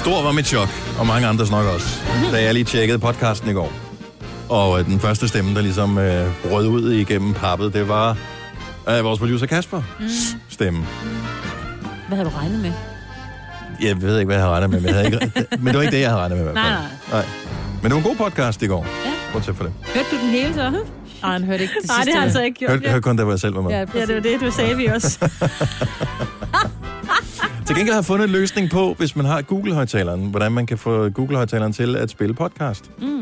Stor var mit chok, og mange andres nok også, da jeg lige tjekkede podcasten i går. Og den første stemme, der ligesom brød ud igennem pappet, det var vores producer Kasper stemme. Hvad havde du regnet med? Jeg ved ikke, hvad jeg havde regnet med, men det var ikke det, jeg havde regnet med i hvert fald. Nej. Men det var en god podcast i går. Ja. Bortset for det. Hørte du den hele så? Nej, han hørte ikke det sidste. Nej, det har han så ikke gjort. Hørte kun, der hvor jeg selv var med. Ja, det var det, du sagde vi også. Til gengæld har jeg fundet en løsning på, hvis man har Google-højtaleren, hvordan man kan få Google-højtaleren til at spille podcast.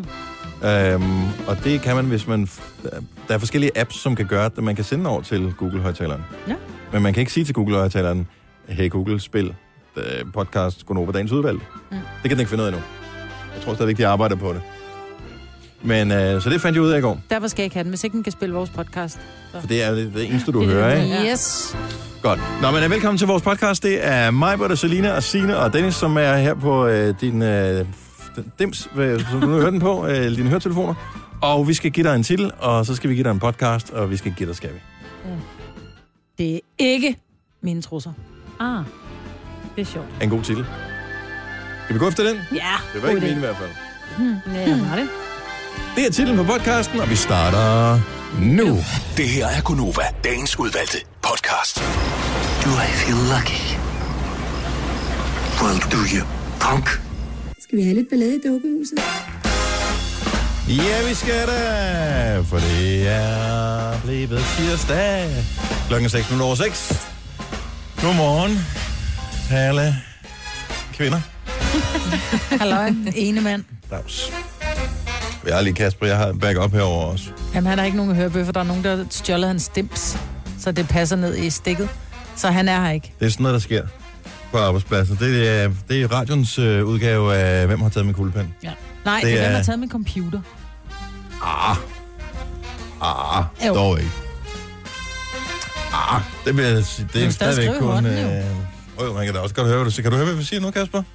Og det kan man, hvis man... Der er forskellige apps, som kan gøre, at man kan sende over til Google-højtaleren. Ja. Men man kan ikke sige til Google-højtaleren, hey Google, spil podcast Gonova Dagens Udvalg. Det kan den ikke finde ud af endnu. Jeg tror stadigvæk, de arbejder på det. Men så det fandt jeg ud af i går. Derfor skal jeg ikke have den, hvis ikke den kan spille vores podcast. Så. For det er det eneste, du hører, ikke? Yes. Godt. Nå, men velkommen til vores podcast. Det er mig, Bette, Selina og Signe og Dennis, som er her på din dims, som du nu hører den på, dine høretelefoner. Og vi skal give dig en titel, og så skal vi give dig en podcast, og vi skal give dig, skal vi. Ja. Det er ikke mine trusser. Det er sjovt. En god titel. Skal vi gå efter den? Ja. Det var ikke min i hvert fald. Ja, var det. Det er titlen på podcasten, og vi starter nu. Det her er Gonova, dagens udvalgte podcast. Do I feel lucky? Well, do you, punk? Skal vi have lidt ballade i dukkehuset? Ja, vi skal da, for det er blevet tirsdag. Klokken 6:06. Godmorgen, alle kvinder. Halløj, ene mand. Dags. Jeg har lige Kasper, jeg har back up herover også. Jamen, han har ikke nogen hørebøffer. Der er nogen, der stjålet hans dims, så det passer ned i stikket. Så han er her ikke. Det er sådan noget, der sker på arbejdspladsen. Det er radions udgave af Hvem har taget min kuglepen? Ja. Nej, det er Hvem har taget min computer. Dog ikke. Det er stadigvæk kun... man kan da også godt høre, hvad du siger. Kan du høre, hvad vi siger nu, Kasper?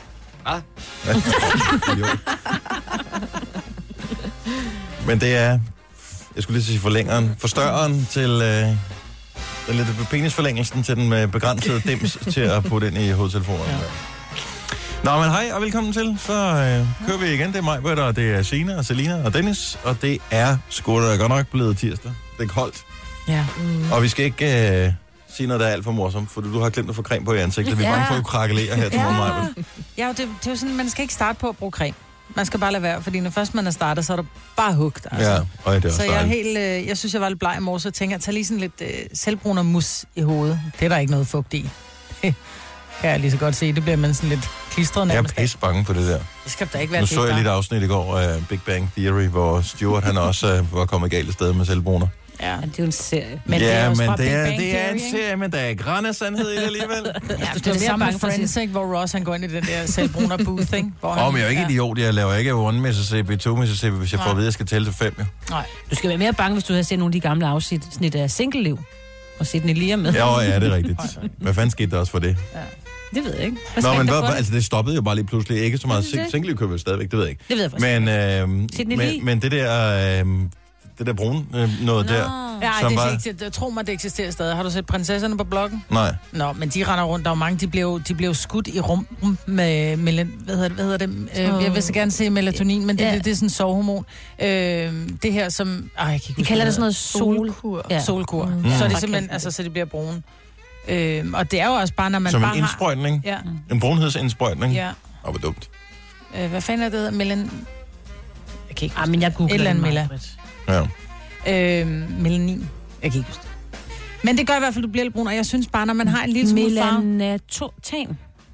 Men det er, jeg skulle lige sige forlængeren, forstørreren til den lidt penisforlængelsen til den med begrænsede dims til at putte ind i hovedtelefonen. Ja. Nå, men hej og velkommen til. Så kører vi igen. Det er mig, og det er Signe og Selina og Dennis, og det er sgu da godt nok blevet tirsdag. Det er koldt. Ja. Og vi skal ikke sige noget, der er alt for morsomt, for du har glemt at få creme på i ansigtet. Vi er bange for at krakelere her til morgen. Ja, det er jo sådan, man skal ikke starte på at bruge creme. Man skal bare lade være, fordi når først man er startet, så er der bare hugt. Altså. Ja, og det er så jeg synes, jeg var lidt bleg i morges, så tænker jeg, tag lige sådan lidt selvbruner mus i hovedet. Det er der ikke noget fugt i. Kan jeg lige så godt se. Det bliver man sådan lidt klistret nærmest. Jeg er pisse bange for det der. Det skal da ikke være. Nu så jeg lidt afsnit i går af Big Bang Theory, hvor Stuart han også var kommet galt i stedet med selvbruner. Ja, det er jo en serie. Men det er, men det er en serie, men der er grænne sandhed i det alligevel. Ja, det er det samme med Friends, ikke? Hvor Ross han går ind i den der selvbruner booth, ikke? Men jeg er jo ikke idiot. Jeg laver ikke 1 Mississippi, 2 Mississippi, hvis jeg får at vide, at jeg skal tælle til 5. Jo. Nej. Du skal være mere bange, hvis du har set nogle af de gamle afsnit af Single-liv. Og set den lige med. Ja, det er rigtigt. Hvad fanden skete der også for det? Ja. Det ved jeg ikke. Nå, men altså, det stoppede jo bare lige pludselig. Ikke så meget Single-liv køber stadigvæk, det ved jeg ikke. Det ved jeg men det der brune noget der. Ja, tro mig, det eksisterer stadig. Har du set prinsesserne på bloggen? Nej. Nå, men de render rundt. Der er mange, de blev skudt i rum med hvad hedder det? Jeg vil så gerne se melatonin, men det er sådan en sovehormon. Det her som... jeg kan de kalder det sådan noget solkur. Ja. Solkur. Så er det simpelthen, altså, så de bliver brune. Og det er jo også bare, når man som bare en indsprøjtning? Ja. En brunhedsindsprøjtning? Ja. Hvor dumt. Hvad fanden er det hedder? Jeg kan ikke men jeg googler det. Ja. Melanin. Jeg kan ikke huske det. Men det gør i hvert fald, at du bliver lidt brun, og jeg synes bare, når man har en lille smule farve...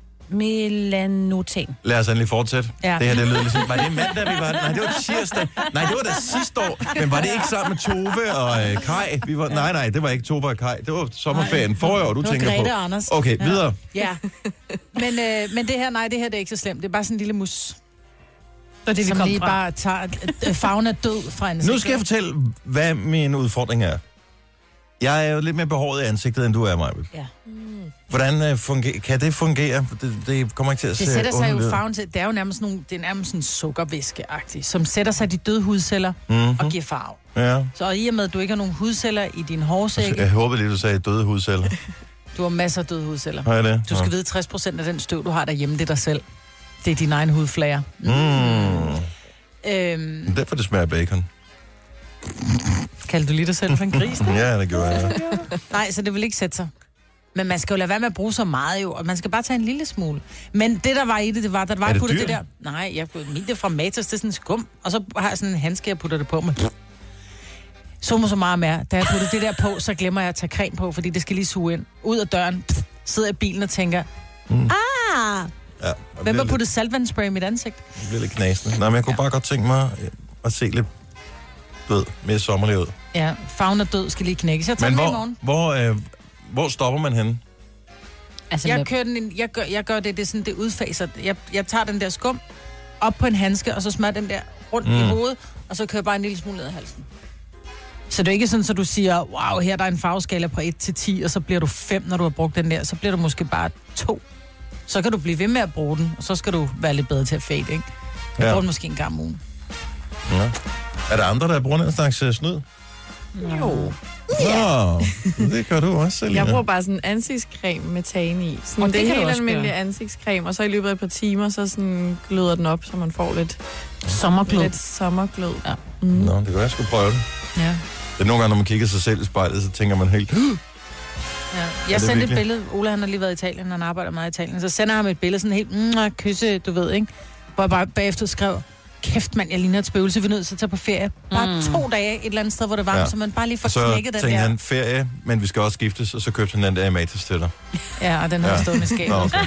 Melanotan. Lad os endelig fortsætte. Ja. Det her, det lød ligesom... Var det mandag, vi var... Nej, det var tirsdag. Nej, det var da sidste år. Men var det ikke sammen med Tove og Kai? Vi var... Nej, det var ikke Tove og Kai. Det var sommerferien forrige år, du tænker på. Det var Grete og Anders. Okay, videre. Ja. Men det her, det her det er ikke så slemt. Det er bare sådan en lille mus. Og det, som lige bare tager farven af død fra ansigtet. Nu skal jeg fortælle, hvad min udfordring er. Jeg er jo lidt mere behåret i ansigtet, end du er, Majbel. Ja. Hvordan kan det fungere? Det kommer ikke til at se. Det sætter sig jo farven til. Det er jo nærmest sådan sukkervæskeagtigt, som sætter sig i de døde hudceller og giver farve. Ja. Så i og med, at du ikke har nogen hudceller i din hårsække... Jeg håber lige, du sagde døde hudceller. Du har masser af døde hudceller. Har jeg det? Du skal vide, 60% af den støv, du har derhjemme, det er dig selv. Det er din egen hudflager. Derfor det smager bacon. Kaldte du lige dig selv for en gris? Ja, det gjorde jeg. Nej, så det vil ikke sætte sig. Men man skal jo lade være med at bruge så meget jo, og man skal bare tage en lille smule. Men det, der var i det var, der var, jeg puttede det der... Nej, jeg puttede det fra Matas, det er sådan en skum, og så har jeg sådan en handske, jeg putter det på med. Så meget mere. Da jeg puttede det der på, så glemmer jeg at tage creme på, fordi det skal lige suge ind. Ud af døren, sidder jeg i bilen og tænker, Ja, hvem har puttet saltvandsspray i mit ansigt? Det bliver lidt knasende. Nej, men jeg kunne bare godt tænke mig at se lidt mere sommerlig ud. Ja, farven er død, skal lige knækkes. Jeg tager den med i morgen. Hvor stopper man henne? Altså, Jeg gør det sådan, det udfaser. Jeg tager den der skum op på en handske, og så smører den der rundt i hovedet, og så kører jeg bare en lille smule ned ad halsen. Så det er ikke sådan, så du siger, wow, her der er en farveskala fra 1 til 10, og så bliver du 5, når du har brugt den der. Så bliver du måske bare 2. Så kan du blive ved med at bruge den, og så skal du være lidt bedre til at fade, ikke? Jeg bruger den måske en gang om ugen. Ja. Er der andre, der bruger den slags snyd? Jo. Ja. Det gør du også, Selina. Jeg bruger bare sådan en ansigtscreme med tan i. Sådan, det er helt almindelig ansigtscreme, og så i løbet af et par timer, så sådan gløder den op, så man får lidt sommerglød. Ja. Nå, det kan være, jeg skulle prøve det. Ja. Det er nogle gange, når man kigger sig selv i spejlet, så tænker man helt... Ja. Jeg sendte et billede, Ola han har lige været i Italien, han arbejder meget i Italien, så sender han et billede sådan helt kysse, du ved, ikke? Hvor jeg bare bagefter skrev, kæft mand, jeg ligner et spøgelse, vi er nødt til at tage på ferie. Bare 2 dage et eller andet sted, hvor det var varmt, så man bare lige får knækket den der. Så tænkte han, ferie, men vi skal også giftes, og så købte han den der i Matas til dig. Ja, og den har stået med skabet. Okay.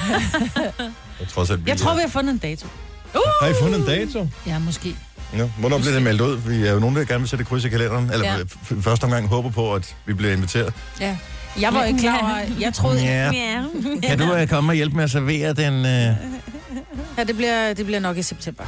Jeg tror, vi har fundet en dato. Har I fundet en dato? Ja, måske. Ja, hvornår bliver det meldt ud? Vi er jo nogen, der gerne vil sætte kryds i kalenderen. Eller første omgang håber på, at vi bliver inviteret. Ja. Jeg var ikke klar over, jeg troede... Ja. Kan du komme og hjælpe med at servere den... Ja, det bliver nok i september.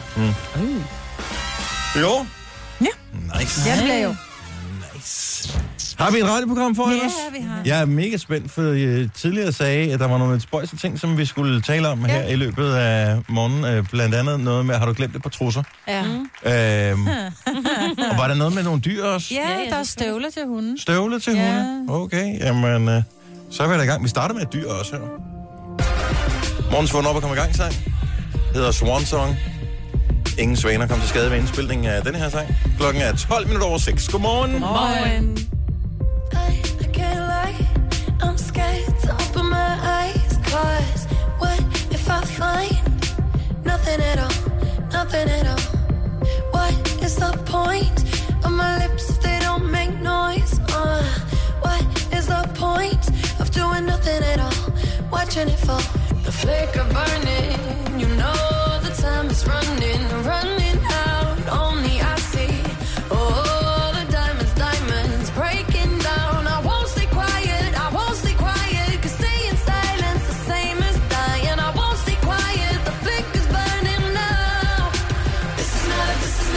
Jo? Ja. Nice. Ja, det bliver jo. Nice. Har vi et radioprogram for os? Ja, vi har. Jeg er mega spændt, for jeg tidligere sagde, at der var nogle spøjse ting, som vi skulle tale om her i løbet af morgenen. Blandt andet noget med, har du glemt det på trusser? Ja. Og var der noget med nogle dyr også? Ja, der er støvler til hunden. Støvler til hunden? Okay, jamen, så er vi da i gang. Vi starter med et dyr også her. Morgens vågn op og kom i gang, sang. Hedder Swan Song. Ingen svaner kom til skade ved indspilningen af denne her sang. Klokken er 6:12. Godmorgen. Godmorgen. I can't lie, I'm scared to open my eyes. Cause what if I find nothing at all, nothing at all? What is the point of my lips if they don't make noise? What is the point of doing nothing at all? Watching it fall, the flicker burning. You know the time is running, running out. Only I see, oh, the diamonds breaking down. I won't stay quiet, I won't stay quiet. 'Cause stay in silence the same as dying. I won't stay quiet, the flicker's burning now. This is not a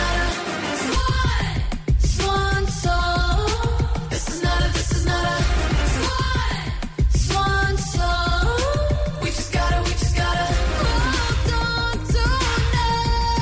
swan song. This is not a swan song. We just gotta hold on tonight.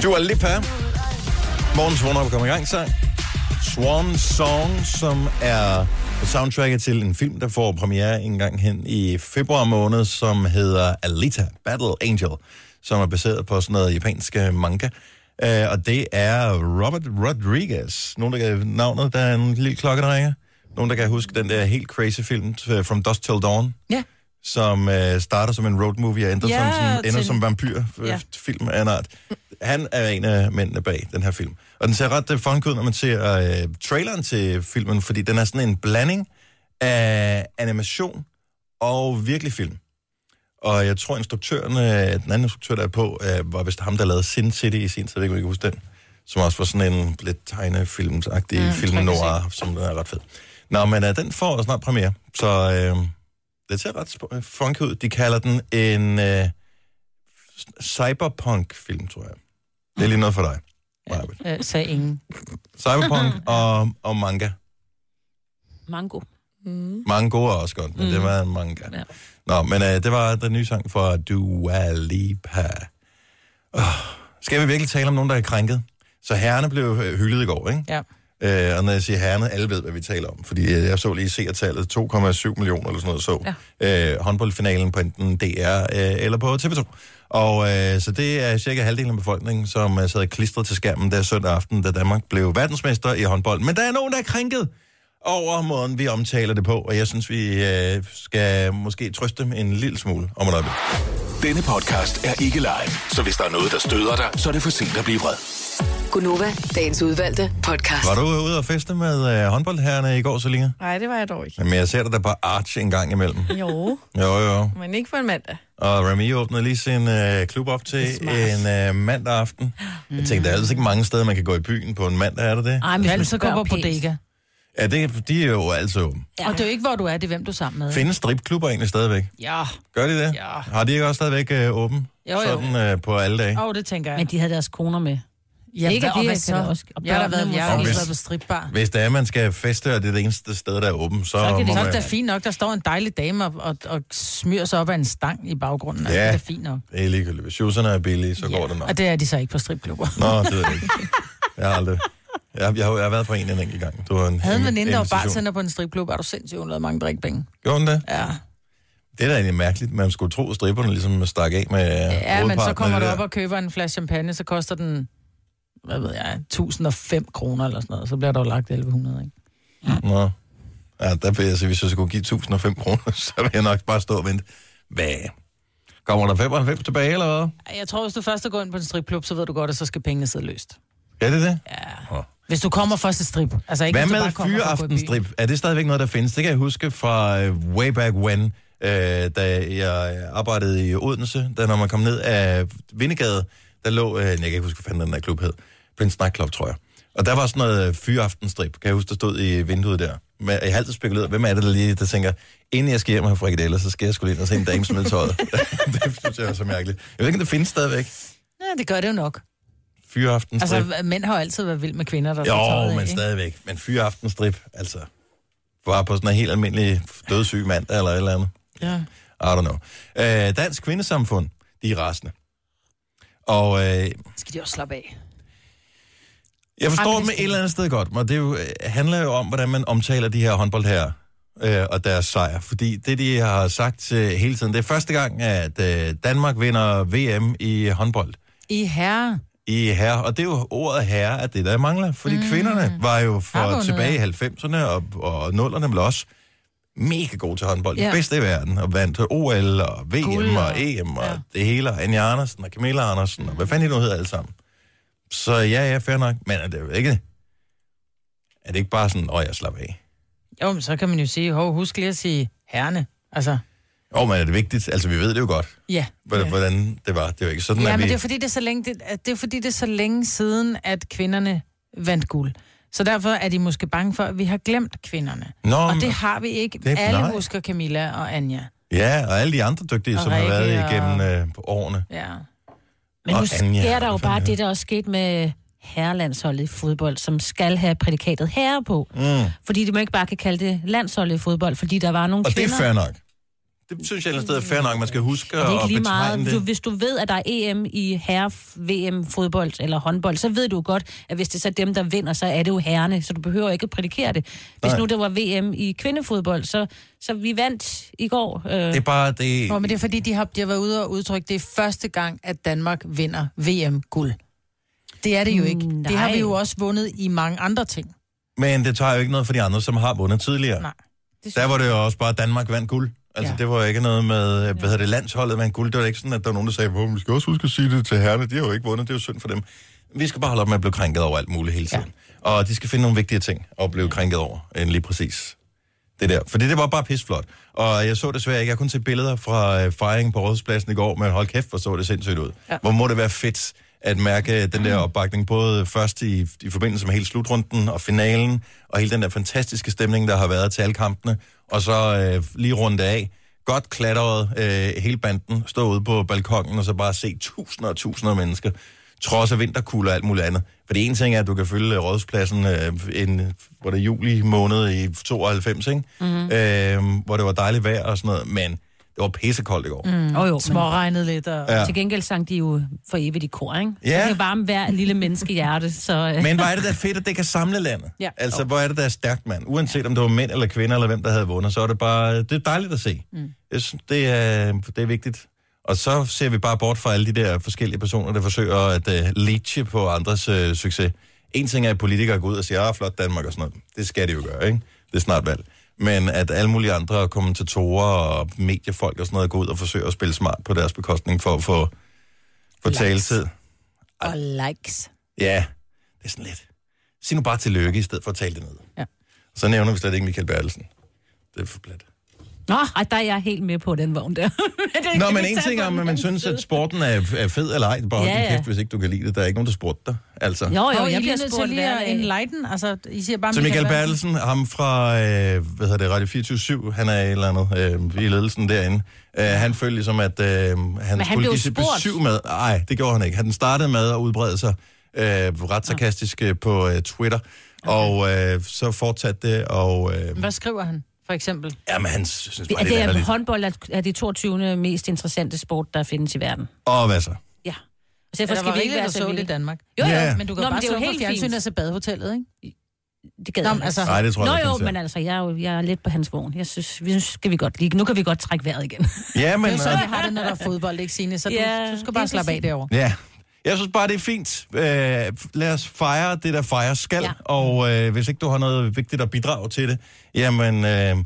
Dua Lipa. Morgens vågner op og kommer i gang sang. Swan Song, som er soundtracket til en film, der får premiere en gang hen i februar måned, som hedder Alita Battle Angel, som er baseret på sådan noget japansk manga. Og det er Robert Rodriguez. Nogen, der kan navnet, der er en lille klokke, der ringer. Nogen, der kan huske den der helt crazy film, From Dusk Till Dawn. Ja. Som starter som en road movie og ender som vampyrfilm af en art. Han er en af mændene bag den her film. Og den ser ret funky ud, når man ser traileren til filmen, fordi den er sådan en blanding af animation og virkelig film. Og jeg tror, den anden instruktør, der er på, var vist ham, der lavede Sin City i sin tid, jeg kan ikke huske den, som også var sådan en lidt tegnefilmsagtig film noir, som den er ret fed. Nå, men den får snart premiere, så det ser ret funky ud. De kalder den en cyberpunk-film, tror jeg. Det er lige noget for dig. Sagde ingen. Cyberpunk og manga. Mango. Mango er også godt, men det var en manga. Ja. Nå, men det var den nye sang fra Dua Lipa. Skal vi virkelig tale om nogen, der er krænket? Så herrerne blev hyldet i går, ikke? Ja. Og når jeg siger herrerne, alle ved, hvad vi taler om. Fordi jeg så lige seertallet 2,7 millioner eller sådan noget så. Ja. Håndboldfinalen på enten DR eller på TV2. Og så det er cirka halvdelen af befolkningen, som sad klistret til skærmen der søndag aften, da Danmark blev verdensmester i håndbold. Men der er nogen, der er krænket over måden, vi omtaler det på. Og jeg synes, vi skal måske trøste dem en lille smule om et øjeblik. Denne podcast er ikke live, så hvis der er noget, der støder dig, så er det for sent at blive vred. Gunova, dagens udvalgte podcast. Var du ude og feste med håndboldherrerne i går, Selina? Nej, det var jeg dog ikke. Men jeg ser dig da på Arch en gang imellem. Jo. Jo. Men ikke på en mandag. Og Remy åbnede lige sin klub op til en mandag aften. Jeg tænkte, der er altså ikke mange steder, man kan gå i byen på en mandag, er det det? Nej, men så går på bodega. Ja, de er jo altid åbne. Ja. Og det er jo ikke, hvor du er, det er, hvem du er sammen med. Findes stripklubber egentlig stadigvæk? Ja. Gør de det? Ja. Har de ikke også stadigvæk åben? Jo. Sådan på alle dage? Det tænker jeg. Men de havde deres koner med. Ja, ikke det, det, så. Jeg har været på stripbar. Hvis det er, man skal feste, og det er det eneste sted, der er åben, så er det da fint nok. Der står en dejlig dame og smyrer sig op af en stang i baggrunden. Ja, det er fint nok. Det er ligegyldigt. Hvis shoeserne er billige, så går det nok. Og det er de så ikke på stripklubber. Nå, det ved jeg ikke. Jeg har aldrig... Jeg har været på en enkelt gang. Havde en veninde, der var bartender på en stripklub, er du sindssygt, hun lavede mange drikpenge. Gjorde hun det? Ja. Det er da egentlig mærkeligt. Man skulle tro, at stripperne ligesom stak af med ja, men så kommer du op og køber en flaske champagne, så koster den, 1005 kroner eller sådan noget. Så bliver der jo lagt 1100, ikke? Nå. Ja, der vil jeg sige, hvis jeg skulle give 1005 kroner, så vil jeg nok bare stå og vente. Hvad? Kommer der 95 tilbage, eller hvad? Jeg tror, hvis du først går ind på en stripklub, så ved du godt, at så skal pengene sidde løst. Er det det? Ja. Hvis du kommer først til strip. Altså ikke, hvad med fyreaftenstrip? Er det stadigvæk noget, der findes? Det kan jeg huske fra way back when, da jeg arbejdede i Odense, da når man kom ned af Vindegade, der lå, jeg kan ikke huske, hvad fanden den der klub hed, Prince Nightclub, tror jeg. Og der var sådan noget fyreaftenstrip, kan jeg huske, der stod i vinduet der. Men jeg har altid spekuleret, hvem er det, der tænker, inden jeg skal hjem og have frikadeller, så skal jeg sgu lige ind og se en dame smide tøjet. Det synes jeg er så mærkeligt. Jeg ved ikke, om det findes stadigvæk. Ja, det gør det jo nok. Fyreaftenstrip. Altså, mænd har altid været vild med kvinder, der jo, men stadigvæk. Men fyreaftenstrip, altså, bare på sådan en helt almindelig dødssyg mand eller et eller andet. Ja. I don't know. Dansk Kvindesamfund, de er rasende. Og... skal de også slappe af? Jeg forstår dem et eller andet sted godt, men det handler jo om, hvordan man omtaler de her håndboldherrer og deres sejr. Fordi det, de har sagt hele tiden, det er første gang, at Danmark vinder VM i håndbold. I herre. Og det er jo ordet herre, at det der mangler. Fordi kvinderne var jo tilbage i 90'erne og 0'erne vel også mega gode til håndbold. De bedste i verden. Og vandt OL og VM og EM og det hele. Og Anja Andersen og Camilla Andersen og hvad fanden de nu hedder alle sammen. Så ja, fair nok. Men er det jo ikke... Er det ikke bare sådan, jeg slapper af? Jo, men så kan man jo sige, husk lige at sige herrene. Altså... Jo, men er det vigtigt? Altså, vi ved det jo godt. Ja. Hvordan det var. Det er jo ikke sådan, ja, at men det er fordi, det er så længe siden, at kvinderne vandt guld. Så derfor er de måske bange for, at vi har glemt kvinderne. Og det har vi ikke. Alle husker Camilla og Anja. Ja, og alle de andre dygtige, som har været igennem årene. Ja. Men nu sker der jo bare det, der også skete med herrelandsholdet i fodbold, som skal have prædikatet herre på. Fordi de må ikke bare kan kalde det landsholdet i fodbold, fordi der var nogle kvinder... Og det er fair nok. Det synes jeg et sted er fair nok, man skal huske at betegne meget. det. Hvis du ved, at der er EM i herre-VM-fodbold eller håndbold, så ved du godt, at hvis det er så dem, der vinder, så er det jo herrerne, så du behøver ikke at prædikere det. Hvis nu det var VM i kvindefodbold, så vi vandt i går. Det er bare det... men det er fordi, de har været ude og udtrykke, det er første gang, at Danmark vinder VM-guld. Det er det jo ikke. Nej. Det har vi jo også vundet i mange andre ting. Men det tager jo ikke noget for de andre, som har vundet tidligere. Nej. Der var det jo også bare, Danmark vandt guld. Altså, det var ikke noget med, landsholdet vandt guld. Det var ikke sådan, at der var nogen, der sagde, vi skal også huske at sige det til herrene. De har jo ikke vundet, det er jo synd for dem. Vi skal bare holde op med at blive krænket over alt muligt hele tiden. Ja. Og de skal finde nogle vigtige ting at blive krænket over, end lige præcis det der. Fordi det var bare pisflot. Og jeg så desværre ikke, jeg kunne se billeder fra fejringen på Rådhuspladsen i går, men hold kæft, hvor så det sindssygt ud. Ja. Hvor må det være fedt at mærke den der opbakning, både først i forbindelse med hele slutrunden og finalen, og hele den der fantastiske stemning, der har været til alle kampene, og så lige rundt af, godt klatret hele banden, stå ude på balkongen, og så bare se tusinder og tusinder af mennesker, trods af vinterkulde og alt muligt andet. For det ene ting er, at du kan følge Rådhuspladsen hvor det er juli måned i 92, ikke? Mm-hmm. Hvor det var dejligt vejr og sådan noget, men det var pissekoldt i går. Småregnet lidt. Og... Til gengæld sang de jo for evigt i kor, ikke? Ja. Det er varme hver lille menneskehjerte, så... Men hvor er det da fedt, at det kan samle landet? Ja. Altså, hvor er det der stærkt, mand? Uanset om det var mænd eller kvinder, eller hvem der havde vundet, så er det bare... Det er dejligt at se. Jeg synes, det er vigtigt. Og så ser vi bare bort fra alle de der forskellige personer, der forsøger at leache på andres succes. En ting er, at politikere går ud og siger, flot Danmark og sådan noget. Det skal de jo gøre, ikke? Det er snart valg. Men at alle mulige andre kommentatorer og mediefolk og sådan noget går ud og forsøger at spille smart på deres bekostning for at få taletid. Og likes. Ja, det er sådan lidt. Sig nu bare tillykke i stedet for at tale det ned. Ja. Så nævner vi slet ikke Michael Bertelsen. Det er for plat. Nå, der er jeg helt med på den vogn der. Nå, men en ting er, om man synes, at sporten er fed eller ej. Bare hold din kæft, hvis ikke du kan lide det. Der er ikke nogen, der spurgte dig. Altså. Jo, jeg bliver spurgt hver dag. Enlighten, altså, I siger bare så Michael Bertelsen, ham fra, Radio 24/7, han er et eller andet i ledelsen derinde. Han følte ligesom, at han skulle give sit besøg med. Nej, det gjorde han ikke. Han startede med at udbrede sig ret sarkastisk på Twitter, og så fortsatte det, og... Hvad skriver han? For eksempel. Jamen, han synes bare, det er håndbold er det 22. mest interessante sport, der findes i verden. Og hvad så? Ja. Så derfor skal vi ikke være så vilde i Danmark. Jo, men du kan bare slå på fjernsyn og se Badehotellet, ikke? Det gad jeg altså. Nej, det tror jeg ikke. Men altså, jeg er lidt på hans vogn. Jeg synes, skal vi godt lide. Nu kan vi godt trække vejret igen. Ja, men... Det er sådan, jeg har det, når der er fodbold, ikke Signe? Så du skal bare slappe af derovre. Ja. Jeg synes bare, det er fint. Lad os fejre det, der fejres skal. Ja. Og hvis ikke du har noget vigtigt at bidrage til det, jamen...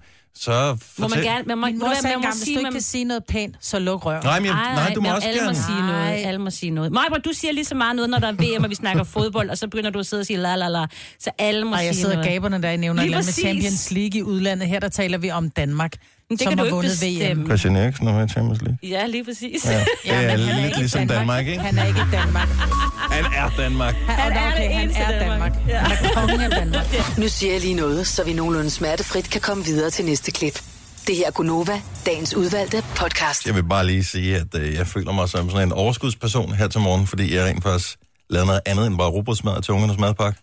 så må man gerne... Min mor sagde engang, hvis du ikke kan sige noget pænt, så luk røven. Nej, du må også gerne. Alle må sige noget. Majbra, du siger lige så meget noget, når der er VM, og vi snakker fodbold, og så begynder du at sidde og sige la la la. Så alle må sige noget. Jeg sidder gaberne, der I nævner med Champions League i udlandet. Her der taler vi om Danmark, som har vundet VM. Christian Eriksen har været Champions League. Ja, lige præcis. Ja. Det er lidt ligesom Danmark, ikke? Han er ikke Danmark. Han er Danmark. Han er Danmark. Han er kongen af Danmark. Nu siger jeg lige noget, så vi nogenlunde smertefrit kan komme videre til næste klip. Det her er Gunova, dagens udvalgte podcast. Jeg vil bare lige sige, at jeg føler mig som sådan en overskudsperson her til morgen, fordi jeg rent faktisk lavede noget andet end bare rugbrødsmad til ungernes madpakke.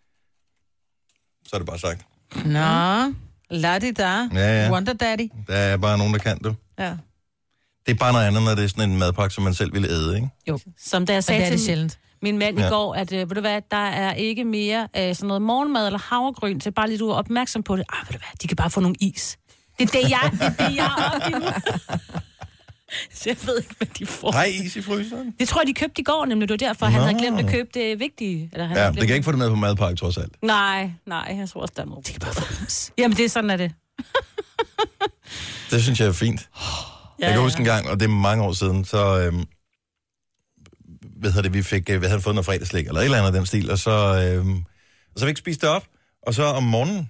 Så er det bare sagt. Nå, la-di-da. Ja. Wonder Daddy. Der er bare nogen, der kan det. Ja. Det er bare noget andet, når det er sådan en madpakke, som man selv ville æde, ikke? Jo. Som da jeg sagde til min mand i går, at ved du hvad, der er ikke mere sådan noget morgenmad eller havregryn, så bare lige du er opmærksom på det. Ved du hvad, de kan bare få nogle is. Det er det, jeg er oppe i nu. Så jeg ved ikke, hvad de får. Nej, is i fryseren. Det tror jeg, de købte i går, nemlig. Det var derfor, han havde glemt at købe det vigtige. Eller han det kan ikke få det med på madpakke, trods alt. Nej, jeg tror også, der er noget. Det kan bare få is. Jamen, det er sådan, er det. Det synes jeg er fint. Jeg kan huske en gang, og det er mange år siden, så vi havde fået noget fredagslæg, eller et eller andet af den stil, og så vi ikke spist det op, og så om morgenen,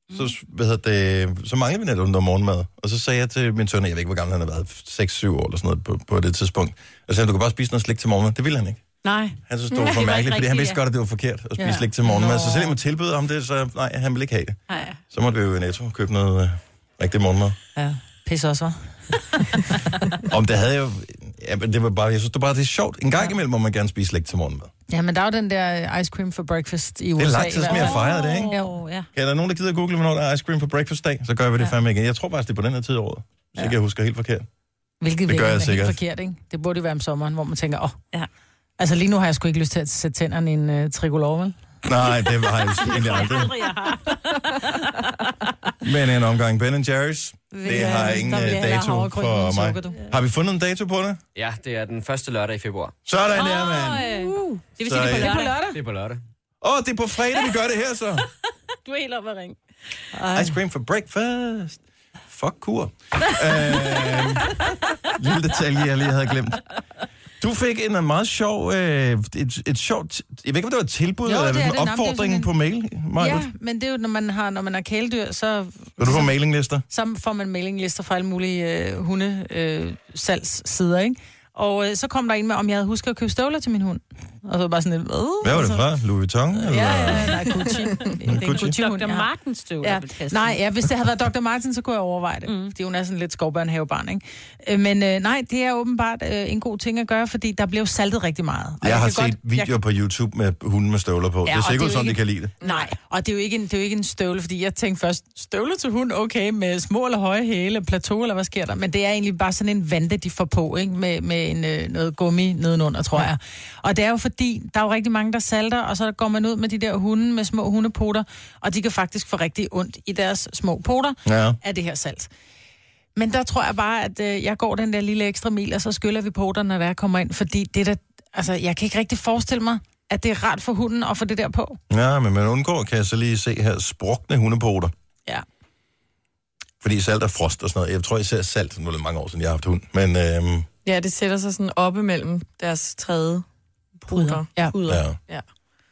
så manglede vi netop noget morgenmad, og så sagde jeg til min søn, jeg ved ikke, hvor gammel han har været, 6-7 år eller sådan noget på det tidspunkt, og sagde, du kan bare spise noget slik til morgenmad. Det ville han ikke. Nej. Han synes, det var for mærkeligt, fordi han vidste godt, at det var forkert at spise slik til morgenmad, så selvom jeg tilbød ham det, så nej, han ville ikke have det. Nej. Så måtte vi jo i Netto købe noget rigtig morgenmad. Ja, pisse også. Om det havde jo... Ja, men det var bare, jeg synes det er sjovt. En gang imellem må man gerne spise slik til morgenmad. Ja, men der er jo den der ice cream for breakfast i USA. Det er lang tid, som jeg har fejret det, ikke? Jo, ja. Kan der nogen, der gider at google, hvornår der er ice cream for breakfast dag? Så gør vi det fandme igen. Jeg tror faktisk, det er på den her tid af året. Så jeg husker helt forkert. Hvilket det gør jeg er sikkert. helt forkert, ikke? Det burde jo være om sommeren, hvor man tænker, ja. Altså lige nu har jeg sgu ikke lyst til at sætte tænderne i en tricolor, vel? Nej, det har jeg egentlig aldrig. Men en omgang Ben Jerry's, det har ingen dato for mig. Har vi fundet en dato på det? Ja, det er den første lørdag i februar. Sådan der, mand. Det vil sige, det er på lørdag. Det er på lørdag. Det er på fredag, vi gør det her, så. Du er helt oppe at ringe. Ice cream for breakfast. Fuck kur. Lille detalje, jeg lige havde glemt. Du fik en meget sjov, et sjovt, jeg ved ikke, om det var et tilbud, eller en opfordring på mail, Maja? Ja, men det er jo, når man har kæledyr, så... Vil du få mailinglister? Så får man mailinglister fra alle mulige hundesalgssider, ikke? Og så kom der en med, om jeg havde husket at købe støvler til min hund. Og så var bare sådan lidt... Hvad var det fra? Louis Vuitton? Eller? Ja, nej, Gucci. Det er en Gucci-hund, Dr. Martens støvler. Ja. Nej, ja, hvis det havde været Dr. Martens, så kunne jeg overveje det. Fordi hun er sådan lidt skovbørnehavebarn, ikke? Men nej, det er åbenbart en god ting at gøre, fordi der blev saltet rigtig meget. Og jeg har set videoer på YouTube med hunde med støvler på. Ja, det ser ikke ud, som de kan lide det. Nej, og det er jo ikke en støvle, fordi jeg tænkte først, støvle til hund, okay, med små eller høje hæle, plateau, eller hvad sker der? Men det er egentlig bare sådan en vante, de får på, ikke? Med noget gummi nedenunder, tror jeg. Og det er jo fordi, der er jo rigtig mange, der salter, og så går man ud med de der hunde med små hundepoter, og de kan faktisk få rigtig ondt i deres små poter af det her salt. Men der tror jeg bare, at jeg går den der lille ekstra mil, og så skyller vi poterne, når der kommer ind, fordi det der, altså, jeg kan ikke rigtig forestille mig, at det er rart for hunden at få det der på. Ja, men man undgår, kan jeg så lige se her, sprukne hundepoter. Ja. Fordi salt er frost og sådan noget. Jeg tror, jeg ser salt, nu er det mange år siden, jeg har haft hund, men... Ja, det sætter sig sådan oppe mellem deres træde puder. Ja. Ja.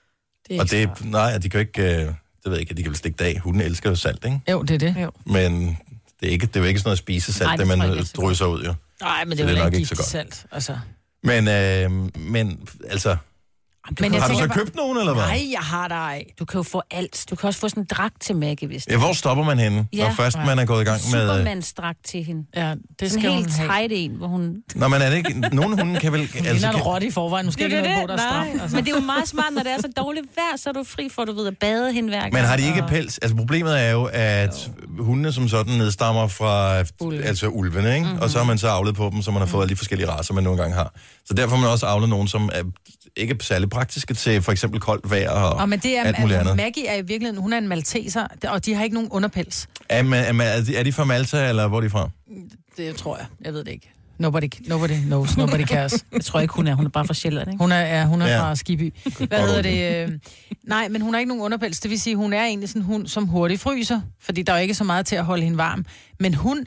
Og det, nej, de kan ikke, det ved jeg ikke, de kan vel stikke af. Hunden elsker jo salt, ikke? Jo, det er det. Jo. Men det er jo ikke sådan noget spisesalt, det man drysser ud, jo. Nej, men det er jo ikke giftigt salt, altså. Men altså... Har du så købt nogen, eller hvad? Nej, jeg har dig. Du kan jo få alt. Du kan også få sådan en dragt til Maggie, hvis ja, hvor stopper man henne, når først man er gået i gang med... Supermans dragt til hende. Ja, det skal en helt tight en, hvor hun... Nå, men er det ikke... Nogle hunde kan vel... Hun ligner en rotte i forvejen. Nu skal ikke noget på, der er stramt. Altså. Men det er jo meget smart, når det er så dårligt vejr, så er du fri for, du ved, at bade hende hver gang. Men har de ikke pels? Altså, problemet er jo, at hundene som sådan nedstammer fra ulvene, ikke? Og så har man så avlet på dem, så man har fået alle de forskellige racer, man nogle gange har. Så derfor har man også avlet nogen, som er ikke særlig praktiske til for eksempel koldt vejr og men det er, alt muligt andet. Maggie er i virkeligheden, hun er en malteser, og de har ikke nogen underpels. Er de fra Malta, eller hvor er de fra? Det tror jeg. Jeg ved det ikke. Nobody knows, nobody cares. Jeg tror ikke, hun er fra Sjælland, ikke? Hun er fra Skiby. Hvad hedder det? Nej, men hun har ikke nogen underpels. Det vil sige, hun er egentlig sådan en hund, som hurtigt fryser, fordi der er ikke så meget til at holde hende varm. Men hun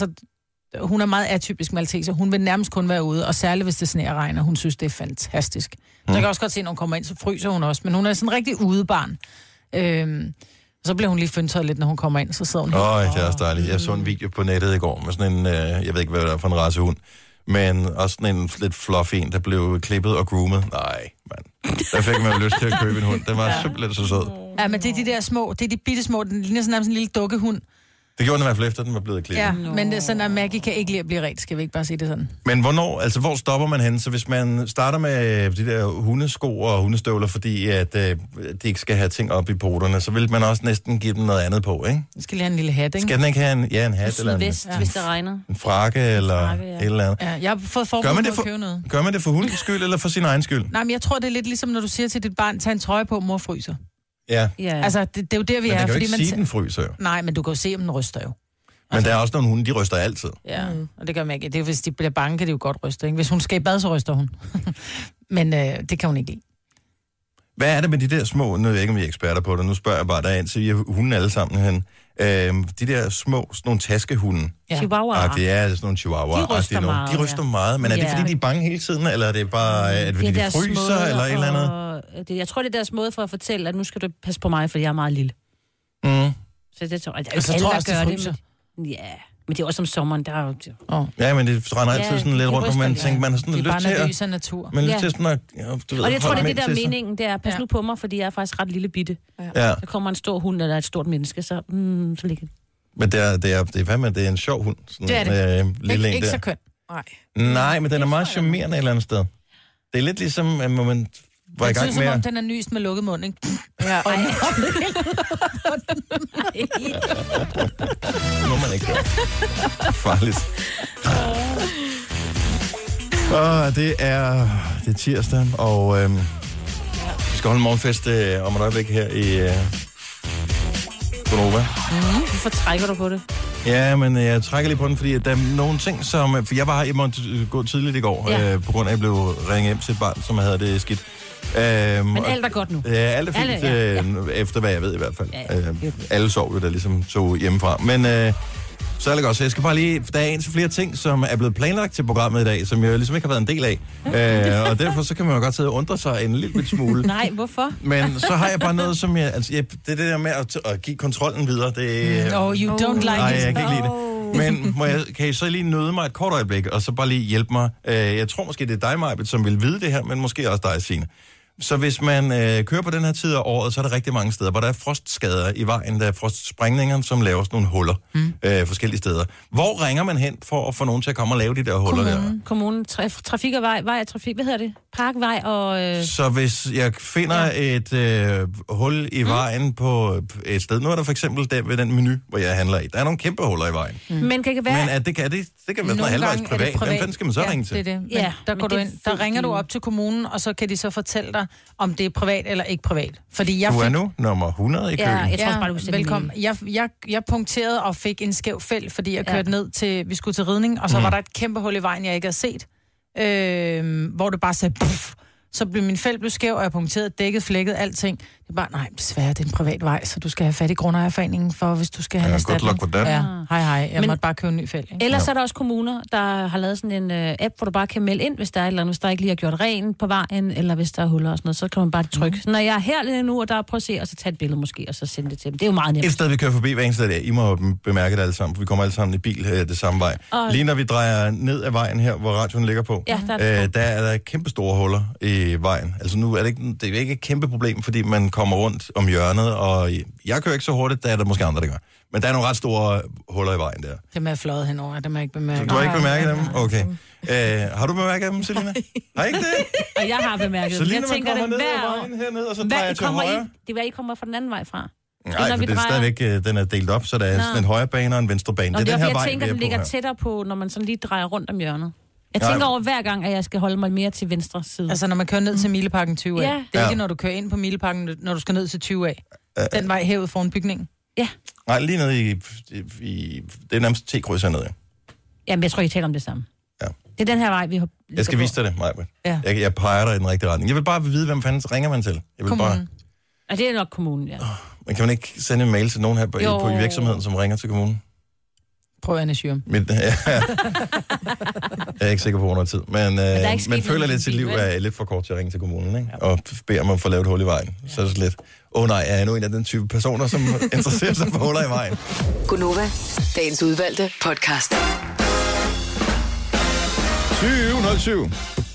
er meget atypisk malteser. Hun vil nærmest kun være ude, og særligt hvis det sner og regner. Hun synes, det er fantastisk. Så jeg kan også godt se, når hun kommer ind, så fryser hun også. Men hun er sådan en rigtig udebarn. Så bliver hun lige fyndtøjet lidt, når hun kommer ind, så sidder hun helt... det er også dejligt. Jeg så en video på nettet i går med sådan en, jeg ved ikke, hvad det er for en racehund, men også sådan en lidt fluffy en, der blev klippet og groomet. Nej, mand. Der fik man jo lyst til at købe en hund. Den var simpelthen så sød. Ja, men det er de der små, det er de bitte små, den ligner sådan en lille dukkehund. Det gjorde den i hvert fald efter, den var blevet klippet. Ja, men det er sådan, at Maggie kan ikke lide at blive ret, skal vi ikke bare sige det sådan. Men hvor stopper man hen? Så hvis man starter med de der hundesko og hundestøvler, fordi at de ikke skal have ting op i poterne, så vil man også næsten give dem noget andet på, ikke? Skal lige have en lille hat, ikke? Skal den ikke have en hat eller vest, hvis det regner? En frakke eller et eller andet? Ja, jeg har fået forbud på at købe noget. Gør man det for hundens skyld eller for sin egen skyld? Nej, men jeg tror, det er lidt ligesom, når du siger til dit barn, tag en trøje på, mor fryser. Ja. Altså, det er jo der, vi er. Men man kan jo ikke sige, den fryser jo. Nej, men du kan jo se, om den ryster jo. Men der er også nogle hunde, de ryster altid. Ja, og det gør man ikke. Det er, hvis de bliver bange, kan de jo godt ryste, ikke? Hvis hun skal i bad, så ryster hun. Men det kan hun ikke lide. Hvad er det med de der små, nu ved jeg ikke, om I er eksperter på det, nu spørger jeg bare derind, så vi har hunden alle sammen hen. De der små, sådan nogle taskehunde. Ja. Chihuahua. Det er sådan nogle chihuahua. De ryster meget. De ryster meget, men er det fordi, de er bange hele tiden, eller er det bare, fordi de fryser, eller et eller andet? Jeg tror, det er deres måde for at fortælle, at nu skal du passe på mig, fordi jeg er meget lille. Så det tror jeg, altså, alle, der gør det. Ja, men det er også om sommeren, der er jo... Ja, men det render altid sådan lidt rundt, hvor man tænker, man har sådan lyst til at... Det er bare nervøs af natur. Man lyst til sådan at... Du ved, og jeg tror, det er det der meningen, det er, pas nu på mig, fordi jeg er faktisk ret lille bitte. Ja. Så kommer en stor hund eller et stort menneske, så ligger det. Men det er en sjov hund. Sådan, det er det. Lille ikke så køn. Nej, men den er meget charmerende et eller andet sted. Det er lidt ligesom, at man var i gang med... Det synes som om, den er nyst med lukket mund, ikke? Ja. Nu må man man ikke gøre. Farligt. Og det er tirsdag, og vi skal holde morgenfest om et øjeblik her i Gonova. Hvorfor trækker du på det? Ja, men jeg trækker lige på den, fordi der er nogle ting, som... For jeg var her, jeg måtte gå tidligt i går, på grund af, at jeg blev ringet hjem til et barn, som havde det skidt. Men alt er godt nu. Ja, alt er fint, efter hvad jeg ved i hvert fald. Alle sov jo, der ligesom tog hjemmefra. Men så er det godt, så jeg skal bare lige... Der er en til flere ting, som er blevet planlagt til programmet i dag, som jeg ligesom ikke har været en del af. Og derfor så kan man jo godt sidde og undre sig en lille smule. Nej, hvorfor? Men så har jeg bare noget, som jeg... Altså, det er det der med at give kontrollen videre. Det, you don't like nej, it. jeg kan ikke lide det. Men kan I så lige nøde mig et kort øjeblik, og så bare lige hjælpe mig? Jeg tror måske, det er dig, Majbet, som vil vide det her, men måske også dig, Signe. Så hvis man kører på den her tid af året, så er der rigtig mange steder, hvor der er frostskader i vejen. Der er frostsprængninger, som laver sådan nogle huller forskellige steder. Hvor ringer man hen for at få nogen til at komme og lave de der huller der? Kommunen, trafik og vej, trafik, hvad hedder det? Parkvej og... Så hvis jeg finder et hul i vejen på et sted, nu er der for eksempel der ved den menu, hvor jeg handler i, der er nogle kæmpe huller i vejen. Men kan det være... Men det kan være sådan noget halvvejs privat. Hvem fanden skal man så ringe til? Det er det. Ja, der går du ind. Der ringer du op til kommunen, og så kan de så fortælle dig, om det er privat eller ikke privat. Fordi jeg du er nu nummer 100 i køen. Ja, jeg tror bare, du kan velkommen. Jeg punkterede og fik en skæv felt, fordi jeg kørte ned til, vi skulle til ridning, og så var der et kæmpe hul i vejen, jeg ikke havde set, hvor det bare sagde, puff, så blev min felt skæv, og jeg punkterede, dækket, flækket, alting. Det er bare, nej, desværre, det er en privat vej, så du skal have fat i grundejerforeningen for, hvis du skal have en erstatning. Good luck with that. Ja, hej, jeg måtte bare købe en ny felt. Ikke? Ellers er der også kommuner, der har lavet sådan en app, hvor du bare kan melde ind, hvis der er et eller andet, hvis der ikke lige har gjort ren på vejen, eller hvis der er huller og sådan noget, så kan man bare trykke. Så når jeg er her lige nu, og der er prøv at se, og så tage et billede måske, og så sende det til dem. Det er jo meget nemt. Et sted, vi kører forbi hver eneste dag, I må bemærke det alle sammen, for vi kommer alle sammen i bil det samme vej. Lige når vi drejer ned ad vejen her, hvor radioen ligger på, der er der kæmpe store huller i vejen. Altså nu er det er ikke et kæmpe problem, fordi man kommer rundt om hjørnet, og jeg kører ikke så hurtigt, der er der måske andre, der gør. Men der er nogle ret store huller i vejen der. Dem er fløjet henover, dem har jeg ikke bemærket. Du har ikke bemærket dem? Okay. Har du bemærket dem, Selina? Har ikke det? Og jeg har bemærket dem. Så lige jeg tænker det hver hernede, og så drejer jeg til højre. Det er I kommer fra den anden vej fra. Nej, for det er stadigvæk, den er delt op, så der er sådan en højre bane og en venstre bane. Det er den her vej, jeg tænker, den ligger tættere på, når man sådan lige drejer rundt om hjørnet. Jeg tænker over hver gang, at jeg skal holde mig mere til venstre side. Altså, når man kører ned til Mileparken 20 af. Det er ikke, når du kører ind på Mileparken, når du skal ned til 20 af. Den vej hævet foran bygningen. Ja. Nej, lige nede i det er nærmest T-kryds hernede. Jamen, jeg tror, I taler om det samme. Ja. Det er den her vej, vi har... Jeg skal vise dig det, Majbert. Ja. Jeg peger dig i den rigtige retning. Jeg vil bare vide, hvem fanden ringer man til. Jeg vil kommunen. Og det er nok kommunen, ja. Men kan man ikke sende en mail til nogen her på virksomheden, som ringer til kommunen? Prøv Anne Schirm. Jeg er ikke sikker på under tid. Men man føler lidt, at sit liv er lidt for kort til at ringe til kommunen, ikke? Og beder om at få lavet hul i vejen. Så er det lidt, nej, er jeg nu en af den type personer, som interesserer sig for huller i vejen? Gonova, dagens udvalgte podcast. 707.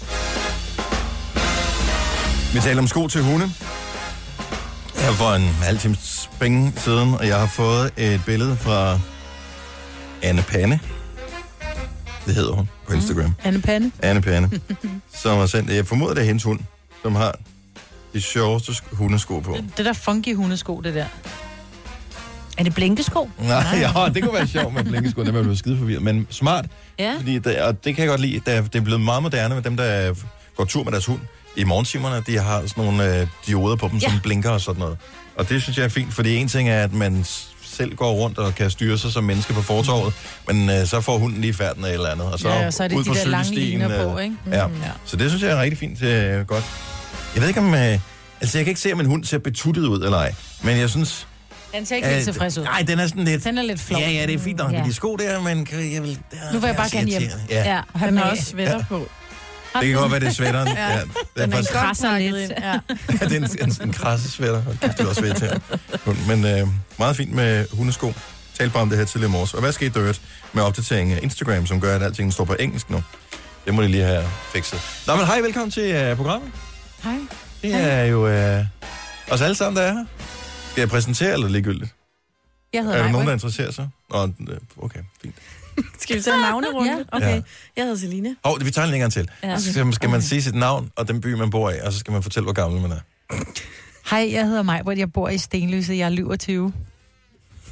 Vi taler om sko til hunde. Her for en halv times penge siden, og jeg har fået et billede fra Anne Panne. Det hedder hun på Instagram. Anne Panne. Anne Panne. Som har sendt, jeg formoder, det er hendes hund, som har de sjoveste hundesko på. Det der funky hundesko, det der. Er det blinkesko? Nej, det kunne være sjovt med blinkesko, dem er blevet skide forvirret. Men smart, fordi og det kan jeg godt lide. Det er blevet meget moderne med dem, der går tur med deres hund i morgentimerne. De har sådan nogle dioder på dem, som blinker og sådan noget. Og det synes jeg er fint, fordi en ting er, at man selv går rundt og kan styre sig som menneske på fortorvet, men så får hunden lige færden af et eller andet, og så, så er det ud de på der lange liner på, ikke? Så det synes jeg er rigtig fint godt. Jeg ved ikke om... altså, jeg kan ikke se, om en hund ser betuttet ud eller ej, men jeg synes... Den ser ikke helt tilfreds ud. Nej, den er sådan lidt... Den er lidt flot. Ja, det er fint nok med de sko der, men jeg vil... Nu vil jeg bare gerne hjem. Ja, han har også sweater på. Det kan godt være, det er sweateren. Den er krasser lidt. Det er en krasse sweater. Det er også ved til. Men meget fint med hundesko. Tal bare om det her tidligere morges. Og hvad skete der med opdateringen af Instagram, som gør, at alting står på engelsk nu? Det må de lige have fikset. Nå, men hej, velkommen til programmet. Hej. Det er jo os alle sammen, der er her. Skal jeg præsentere, eller ligegyldigt? Jeg hedder Er der nogen, der interesserer sig? Okay, fint. Skal vi tage navnerunde? Ja. Okay. Ja. Jeg hedder Selina. Vi tager en længere til. Ja. Så skal man sige sit navn og den by, man bor i, og så skal man fortælle, hvor gammel man er. Hej, jeg hedder Majbert. Jeg bor i Stenløse. Jeg er 27.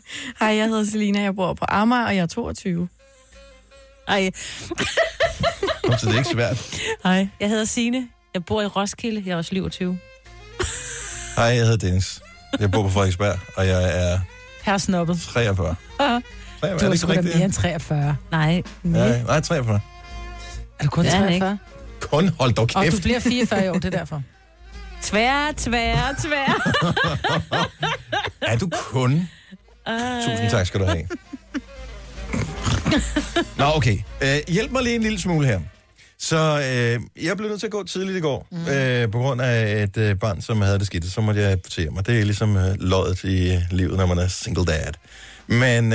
Hej, jeg hedder Selina, jeg bor på Amager, og jeg er 22. Ej. Så det er ikke svært. Hej, jeg hedder Signe. Jeg bor i Roskilde. Jeg er også 27. Hej, jeg hedder Dennis. Jeg bor på Frederiksberg, og jeg er... Her snobbet. 43. 43. Du er sgu da mere end 43. Nej. Nej, 43. Er du kun 43? Kun, hold dog kæft. Og du bliver 44 år, det er derfor. Tvær. Er du kun? Tusind tak skal du have. Nå, okay. Hjælp mig lige en lille smule her. Så jeg blev nødt til at gå tidligt i går, på grund af et barn, som havde det skidt. Så måtte jeg abortere mig. Det er ligesom loddet i livet, når man er single dad. Men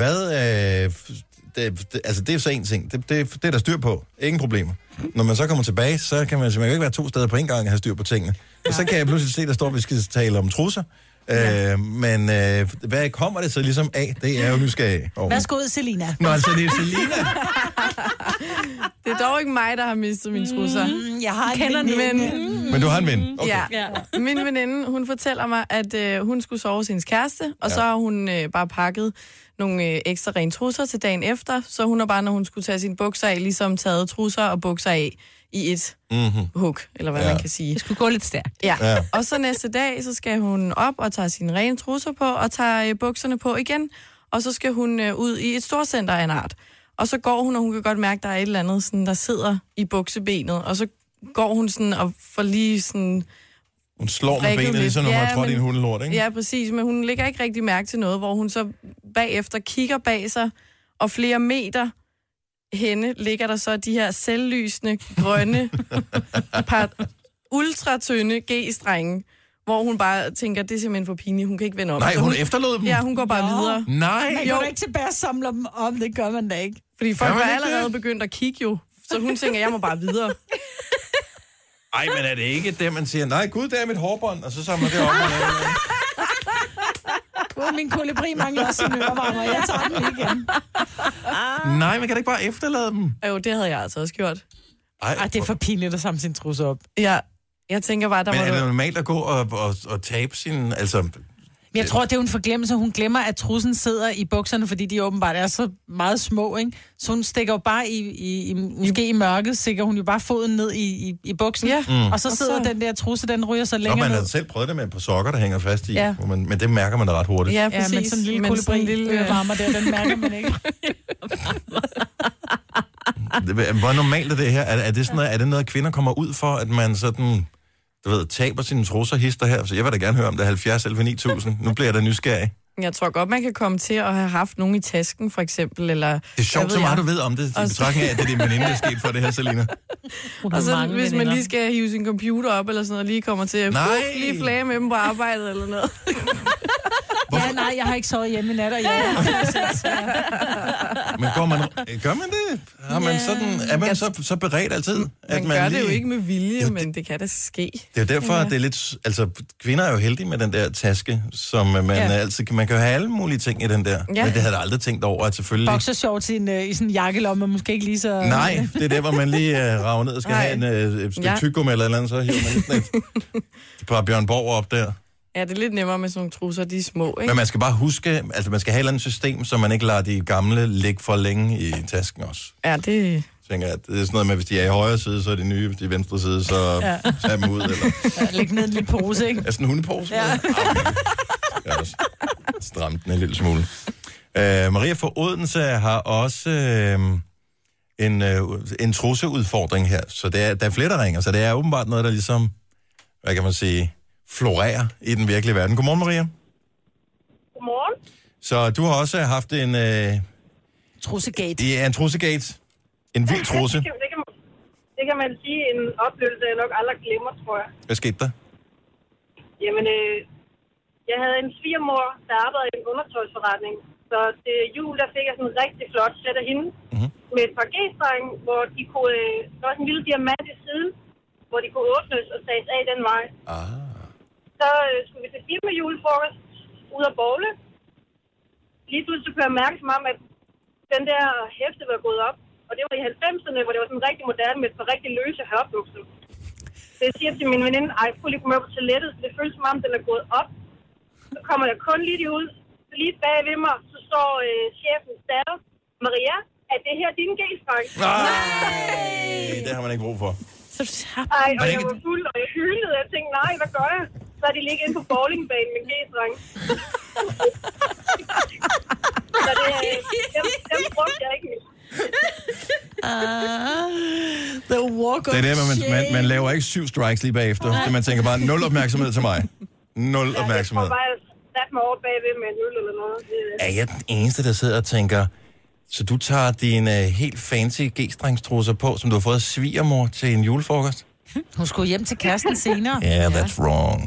det er jo så en ting. Det er der styr på. Ingen problemer. Når man så kommer tilbage, så kan man jo ikke være 2 steder på en gang og have styr på tingene. Ja. Og så kan jeg pludselig se, der står, at vi skal tale om trusser. Ja. Men hvad kommer det så ligesom af? Det er jo nysgerrig over. Værsgo ud, Selina. Nå, altså det er Selina. Det er dog ikke mig, der har mistet mine trusser. Jeg har en veninde. Men du har en ven? Okay. Ja. Min veninde, hun fortæller mig, at hun skulle sove hos hendes kæreste, og så har hun bare pakket nogle ekstra rene trusser til dagen efter, så hun har bare, når hun skulle tage sine bukser af, ligesom taget trusser og bukser af i et hug, eller hvad man kan sige. Det skulle gå lidt stærkt. Ja. Og så næste dag, så skal hun op og tage sine rene trusser på, og tager bukserne på igen, og så skal hun ud i et storcenter af en art. Og så går hun, og hun kan godt mærke, at der er et eller andet, sådan, der sidder i buksebenet, og så går hun sådan og får lige sådan... Hun slår med benet, ligesom når hun har trådt i en hundelort, ikke? Ja, præcis, men hun lægger ikke rigtig mærke til noget, hvor hun så bagefter kigger bag sig, og flere meter henne ligger der så de her selvlysende, grønne, par ultratynde G-strenge, hvor hun bare tænker, det er simpelthen for pinligt, hun kan ikke vende om. Nej, hun efterlod dem? Ja, hun går bare videre. Nej! Man går ikke tilbage og samler dem om, det gør man da ikke. Fordi folk var allerede begyndt at kigge jo, så hun tænker, jeg må bare videre. Ej, men er det ikke det, man siger, nej, gud, det er mit hårbånd, og så samler det op og laver min kolibri mangler også sin ørevarmer, jeg tager den igen. Nej, man kan da ikke bare efterlade dem. Jo, det havde jeg altså også gjort. Ej, det er for pinligt at samle sin trusser op. Ja, jeg tænker bare, der men var... Men er det normalt at gå og tabe sin... Altså... Jeg tror, det er jo en forglemmelse. Hun glemmer, at trussen sidder i bukserne, fordi de åbenbart er så meget små, ikke? Så hun stikker jo bare måske i mørket, stikker hun jo bare foden ned i buksen. Ja. Og så sidder den der trusse, den ryger så længere ned. Man har selv prøvet det med et par sokker, der hænger fast i, ja. Men det mærker man da ret hurtigt. Ja, præcis. Ja, men sådan en lille kolibri ørevarmer der, den mærker man ikke. Hvor normalt er det her? Er det noget, kvinder kommer ud for, at man sådan... Du ved, taber sine trusserhister her, så jeg vil da gerne høre om det 70 eller 9000. Nu bliver jeg da nysgerrig. Jeg tror godt, man kan komme til at have haft nogen i tasken, for eksempel, eller... Det er sjovt, så meget du ved om det, i betragtning af, at det er din veninde, der er sket for det her, Selina. Og så hvis man lige skal hive sin computer op, eller sådan noget, og lige kommer til at lige flage med dem på arbejdet, eller noget. Ja, nej, jeg har ikke sovet hjemme i nat, og Men gør man det? Er man så beredt altid? Man gør det jo ikke med vilje, men det kan da ske. Det er jo derfor, at det er lidt... Altså, kvinder er jo heldige med den der taske, som man altid... Man kan jo have alle mulige ting i den der. Ja. Men det havde jeg aldrig tænkt over, at selvfølgelig... Boxershorts i sådan en jakkelomme, måske ikke lige så... Nej, det er der, hvor man lige rager ned og skal have et stykke tyggegummi eller et eller andet, så hiver man sådan et par Bjørn Borg op der. Ja, det er lidt nemmere med sådan nogle trusser, de er små, ikke? Men man skal bare huske, altså man skal have et eller andet system, så man ikke lader de gamle ligge for længe i tasken også. Ja, det... tænker jeg, det er sådan noget med, hvis de er i højre side, så er de nye, hvis de er i venstre side, så tager dem ud, eller... Ja, læg ned en lille pose, ikke? Ja, sådan en hundepose. Ja. Jeg også stramt den en lille smule. Maria fra Odense har også en trusseudfordring her, så der er flere, der ringer, så det er åbenbart noget, der ligesom, hvad kan man sige, florerer i den virkelige verden. Godmorgen, Maria. Godmorgen. Så du har også haft en... trussegate. Ja, en trussegate. En vild trusse. Det kan man sige, en oplevelse, jeg nok aldrig glemmer, tror jeg. Hvad skete der? Jamen, jeg havde en svigermor, der arbejdede i en undertøjsforretning. Så til jul, der fik jeg sådan en rigtig flot sæt af hende. Med et par G-strenge, hvor de kunne... der var sådan en lille diamant i siden, hvor de kunne åbnes og tages af den vej. Så skulle vi til firma-julefrokost ud af Bogle. Lige pludselig kunne jeg mærke som om, at den der hæfte var gået op. Og det var i 90'erne, hvor det var sådan rigtig moderne med et par rigtig løse hørbukser. Så jeg siger til min veninde, prøv lige at komme op på toilettet, så det føles som om, den er gået op. Så kommer jeg kun lige ud. Så lige bag ved mig, så står chefens datter, Maria, er det her din G-streng? Nej, det har man ikke brug for. Ej, og jeg var fuld, og jeg hylede, og jeg tænkte, nej, hvad gør jeg? Så er de ligget inde på bowlingbanen med G-streng. Så dem brugte jeg ikke. The walk of det er det, man laver ikke 7 strikes lige bagefter. Det, man tænker bare, 0 opmærksomhed til mig. 0 opmærksomhed. Jeg tror bare, jeg satte mig over bagved med en øl eller noget. Er jeg den eneste, der sidder og tænker, så du tager dine helt fancy G-strengstrusser på, som du har fået af svigermor til en julefrokost? Hun skulle hjem til kæresten senere. Yeah, that's wrong.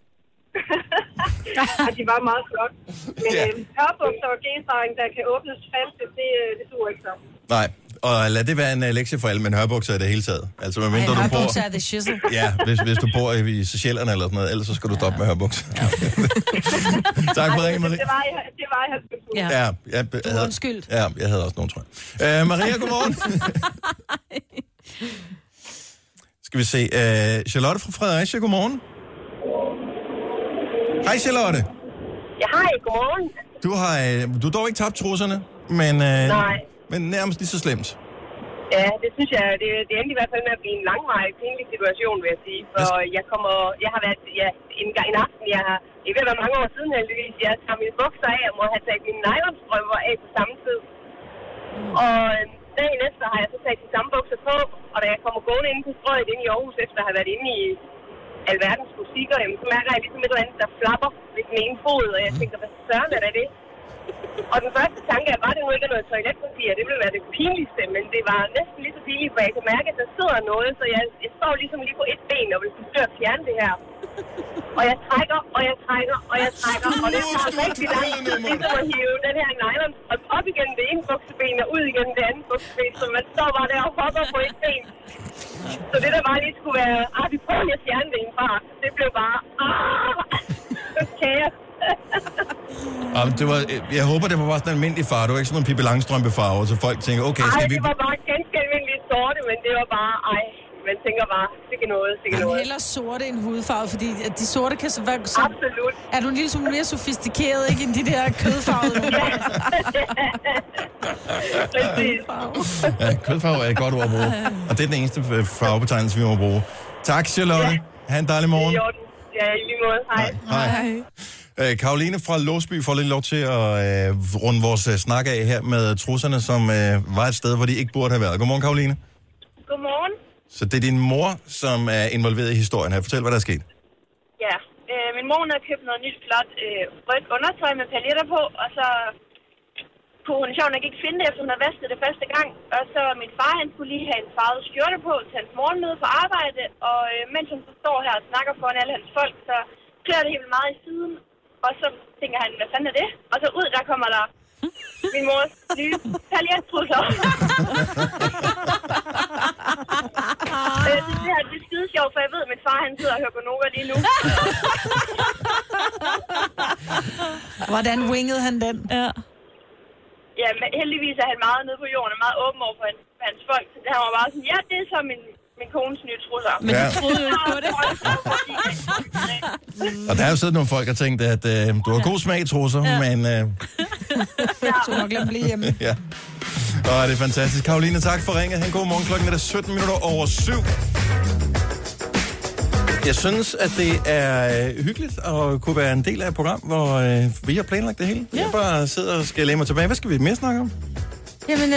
De var meget flot. Men hørbukser og G-streng, der kan åbnes fast, det duer ikke så. Nej, og lad det være en lektie for alle, men hørbukser er det hele taget. Altså, medmindre du bor... Hørbukser er det shizzle. Ja, hvis du bor i Seychellerne eller sådan noget, ellers så skal du stoppe med hørbukser. Ja. Tak for ringen, Maria. Det var jeg. Ja, undskyld. Ja, jeg havde også nogen, tror jeg. Maria, godmorgen. Skal vi se. Charlotte fra Fredericia, godmorgen. Hej, Charlotte. Ja, hej, godmorgen. Du har dog ikke tabt trusserne, men nærmest lige så slemt. Ja, det synes jeg, det endte i hvert fald med at blive en langvarig, pinlig situation, vil jeg sige. For jeg har været, en aften, det vil være mange år siden heldigvis, jeg tager mine bukser af, og må have taget mine nylonstrømper af på samme tid. Og dagen efter har jeg så taget de samme bukser på, og da jeg kommer gående inde på strøget inde i Aarhus, efter at have været inde i alverdens musikker, så mærker jeg ligesom et eller andet, der flapper ved den ene fod, og jeg tænker, hvad søren er det? Og den første tanke er bare, at det nu ikke er noget toiletpapir. Det ville være det pinligste, men det var næsten lige så pinligt, for jeg kan mærke, at der sidder noget, så jeg står ligesom lige på et ben og vil forsøge at fjerne det her. Og jeg trækker, og jeg trækker, og jeg trækker, og det tager rigtig langt, ligesom at hive den her nylonstrøm op igennem det ene bukseben og ud igennem det andet bukseben, så man står bare der og hopper på et ben. Så det der bare lige skulle være, vi prøver lige at fjerne det fra, det blev bare, kaos. Jeg håber, det var bare sådan en almindelig farve. Det var ikke sådan en Pippi Langstrømpe-farve, så folk tænker, okay, skal vi... det var bare ganske almindeligt sorte, men det var bare, man tænker bare, sikke noget. Heller sorte end hudfarve, fordi de sorte kan så være... Absolut. Er du en lille smule mere sofistikeret, ikke, end de der kødfarvede? Ja, kødfarve er et godt ord at bruge. Og det er den eneste farvebetegnelse, vi må bruge. Tak, Charlotte. Ha' en dejlig morgen. Ja, i lige måde. Hej. Karoline fra Låsby får lidt lov til at runde vores snak af her med trusserne, som var et sted, hvor de ikke burde have været. Godmorgen, Karoline. Godmorgen. Så det er din mor, som er involveret i historien her. Fortæl, hvad der er sket. Ja, min mor har købt noget nyt flot rødt undertøj med paljetter på, og så kunne hun sjovt nok ikke finde det, efter hun havde vasket det første gang. Og så min far, han skulle lige have en farvet skjorte på til hans morgenmøde på arbejde, og mens hun så står her og snakker foran alle hans folk, så klør det helt vildt meget i siden. Og så tænker han, hvad fanden er det? Og så ud, der kommer der min mors nye paljettrusser. Det er skide sjovt, for jeg ved, at min far, han sidder og hører på Nova lige nu. Hvordan wingede han den? Ja, men heldigvis er han meget nede på jorden og meget åben over for hans folk. Så han var bare sådan, ja, det er så min kones nye trusser. Men du troede jo ikke på det. Og der er jo siddet nogle folk, der har tænkt, at du har god smag i trusser, men... Så nok lade blive hjemme. Ja. Og det er fantastisk. Karoline, tak for ringet. Han god morgen. Klokken er 17 minutter over 7. Jeg synes, at det er hyggeligt at kunne være en del af et program, hvor vi har planlagt det hele. Jeg bare sidder og skal læne mig tilbage. Hvad skal vi mere snakke om? Jamen,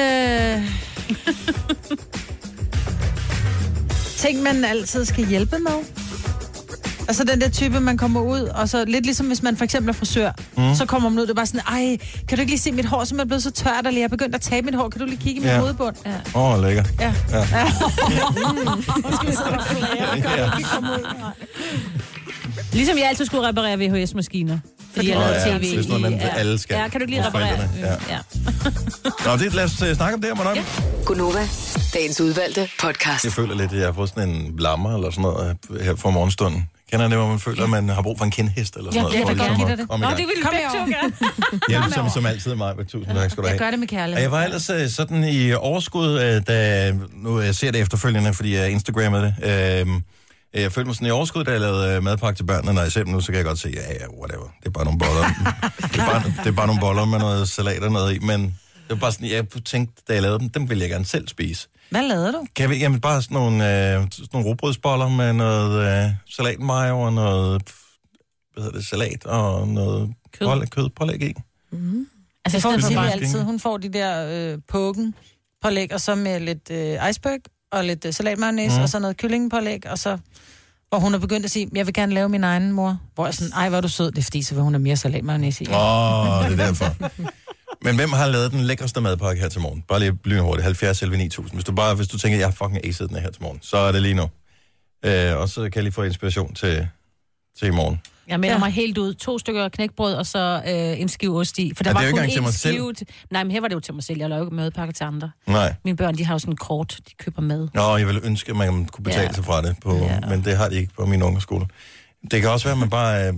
ting, man altid skal hjælpe med. Altså den der type, man kommer ud, og så lidt ligesom hvis man for eksempel er frisør, så kommer man ud, det er bare sådan, ej, kan du ikke lige se mit hår, som er blevet så tørt, eller jeg er begyndt at tabe mit hår, kan du lige kigge i min hovedbund? Lækker. Ja. Måske så der flere, kan komme ud. Ligesom jeg altid skulle reparere VHS-maskiner. Fordi jeg lavede tv. Det er sådan noget, alle skal. Ja, kan du ikke lige reparere? Ja. Nå, lad os snakke om det her, Manon. Ja. Gunova, dagens udvalgte podcast. Jeg føler lidt, at jeg har fået sådan en lammer eller sådan noget her for morgenstunden. Kender det, hvor man føler, at man har brug for en kindhest eller sådan noget? Ja, jeg vil gerne give dig det. Nå, det vil vi begge to gerne. Hjælp som altid mig. Tusind tak skal du have. Jeg gør det med kærlighed. Og jeg var ellers sådan i overskud, da nu jeg ser det efterfølgende, fordi jeg Instagrammede det. Jeg følte mig sådan i overskud, da jeg lavede madpakke til børnene. Når jeg ser dem nu, så kan jeg godt se, ja, whatever. Det er bare nogle boller. det er bare nogle boller med noget salat og noget i. Men det var bare sådan, jeg tænkte, da jeg lavede dem ville jeg gerne selv spise. Hvad lavede du? Jamen bare sådan nogle rugbrødsboller med noget salatmayo og noget salat og noget kødpålæg i. Mm. Altså, får Silje altid. Hun får de der pågen pålæg, og så med lidt iceberg og lidt salatmayonnaise, og så noget kyllingepålæg, og så... Og hun har begyndt at sige, jeg vil gerne lave min egen, mor. Hvor jeg sådan, hvor er du sød. Det er fordi, så vil hun have mere salatmayonnaise i. Det er derfor. Men hvem har lavet den lækreste madpakke her til morgen? Bare lige lynhurtigt. 70 11 9000. Hvis du tænker, jeg har fucking aced den her til morgen, så er det lige nu. Og så kan jeg lige få inspiration til i morgen. Jeg melder mig helt ud. 2 stykker knækbrød, og så en skive ost i. For der det var er jo kun ikke en til skive... Nej, men her var det jo til mig selv. Jeg laver ikke madpakke til andre. Nej. Mine børn, de har jo sådan en kort, de køber mad. Jeg ville ønske, at man kunne betale sig fra det, men det har de ikke på min ungeskole. Det kan også være, at man bare...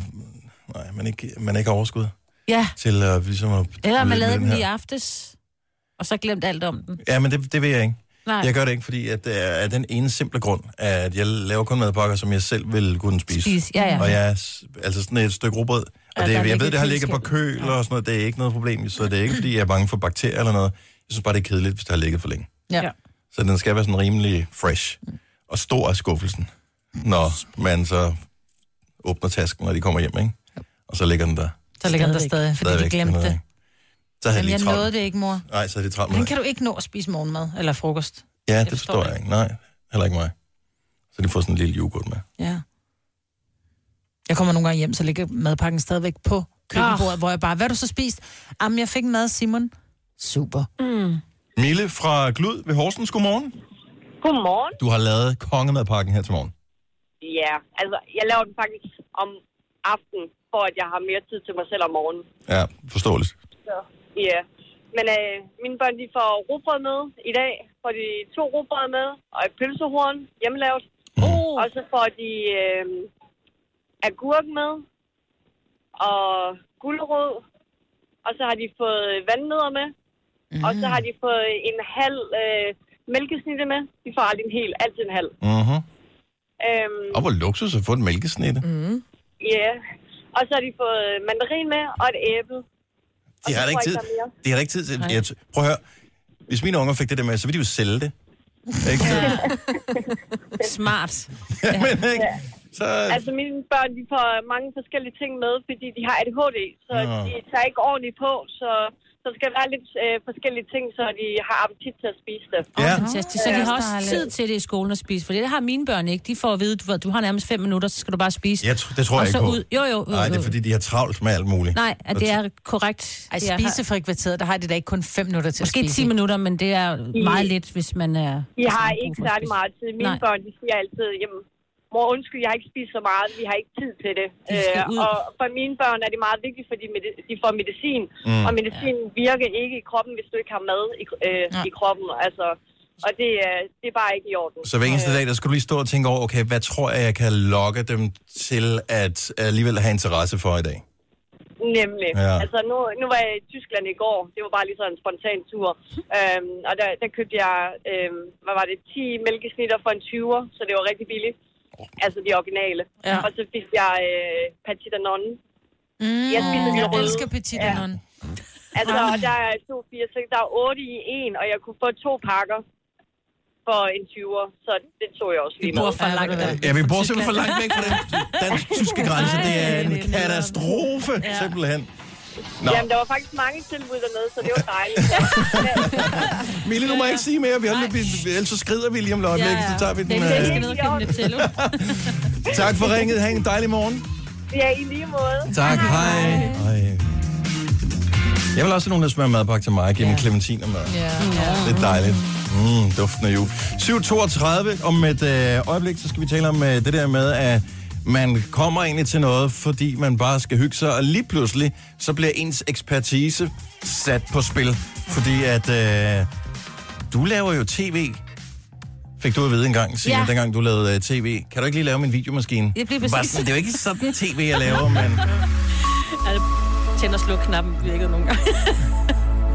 man ikke har overskud. Ja. Til ligesom at... Eller man lavede den i aftes, og så glemt alt om den. Ja, men det vil jeg ikke. Nej. Jeg gør det ikke, fordi at det er den ene simple grund, at jeg laver kun madpakker, som jeg selv vil kunne spise. Ja. Og jeg altså sådan et stykke rugbrød. Og jeg ved, det har ligget på køl og sådan noget. Det er ikke noget problem. Så det er ikke, fordi jeg er bange for bakterier eller noget. Jeg synes bare, det er kedeligt, hvis det har ligget for længe. Ja. Så den skal være sådan rimelig fresh. Og stor af skuffelsen, når man så åbner tasken, når de kommer hjem, ikke? Og så ligger den der. Så ligger den der stadig, fordi de glemte det. Jamen, jeg nåede det ikke, mor. Nej, så er det travlt med. Men kan du ikke nå at spise morgenmad eller frokost? Ja, det forstår jeg ikke. Nej, heller ikke mig. Så de får sådan en lille yoghurt med. Ja. Jeg kommer nogle gange hjem, så ligger madpakken stadigvæk på køkkenbordet, hvor jeg bare, hvad har du så spist? Jamen, jeg fik mad, Simon. Super. Mille fra Glud ved Horsens, godmorgen. Godmorgen. Du har lavet kongemadpakken her til morgen. Ja, altså, jeg laver den faktisk om aftenen, for at jeg har mere tid til mig selv om morgenen. Ja, forståeligt. Så, ja. Men mine børn, de får rugbrød med i dag. Får de 2 rugbrød med, og et pølsehorn hjemmelavet. Og så får de agurk med, og gulerod. Og så har de fået vandnødder med. Og så har de fået en halv mælkesnitte med. De får aldrig en hel, altid en halv. Og hvor luksus at få en mælkesnitte. Ja. Og så har de fået mandarin med, og et æble. De har da ikke tid til... Prøv at høre. Hvis mine unger fik det der med, så ville de jo sælge det. Ikke? Smart. Men, ikke? Så... Altså, mine børn, de får mange forskellige ting med, fordi de har ADHD, så de tager ikke ordentligt på, så skal der være lidt forskellige ting, så de har appetit til at spise det. Fantastisk. Så de har også tid til det i skolen at spise, for det har mine børn ikke. De får at vide, du har nærmest 5 minutter, så skal du bare spise. Det tror jeg ikke på. Jo. Nej, det er fordi, de har travlt med alt muligt. Nej, at det er korrekt. Spisefrikvarteret, der har de da ikke kun 5 minutter til at spise. Måske 10 minutter, men det er meget lidt, hvis man er... De har ikke særlig meget tid. Mine børn, de siger altid, jamen, mor, undskyld, jeg har ikke spist så meget, vi har ikke tid til det. Og for mine børn er det meget vigtigt, fordi de får medicin, og medicin virker ikke i kroppen, hvis du ikke har mad i kroppen. Altså, og det er bare ikke i orden. Så hver eneste dag, der skal du lige stå og tænke over, okay, hvad tror jeg kan lokke dem til at alligevel have interesse for i dag? Nemlig. Ja. Altså, nu var jeg i Tyskland i går. Det var bare lige sådan en spontan tur. Og der købte jeg, 10 mælkesnitter for en 20'er, så det var rigtig billigt. Altså de originale. Ja. Og så fik jeg Petit Danone. Jeg elsker Petit Danone. Altså, og der er 2, 4, 6, der er 8 i 1, og jeg kunne få 2 pakker for en 20'er, så det tog jeg også lige med. Vi bor simpelthen for langt væk fra den dansk-tyske grænse. Det er en katastrofe, simpelthen. Nå. Jamen, der var faktisk mange tilbud dernede, så det var dejligt. Mille, du må ikke sige mere. Ellers så skrider vi lige om lidt. Så tager vi den. Tak for ringet. Ha' en dejlig morgen. Ja, i lige måde. Tak, hej. Jeg vil også have nogen, der smører madpakke til mig. Giv dem clementin og mad. Det er dejligt. Duften af jul. 7.32. Om et øjeblik, så skal vi tale om det der med, at man kommer egentlig til noget, fordi man bare skal hygge sig, og lige pludselig, så bliver ens ekspertise sat på spil. Fordi at du laver jo tv. Fik du at vide en gang, Signe, dengang du lavede tv. Kan du ikke lige lave min videomaskine? Det bliver præcis. Det er jo ikke sådan tv, jeg laver, men... Tænd og sluk-knappen virkede nogle gange.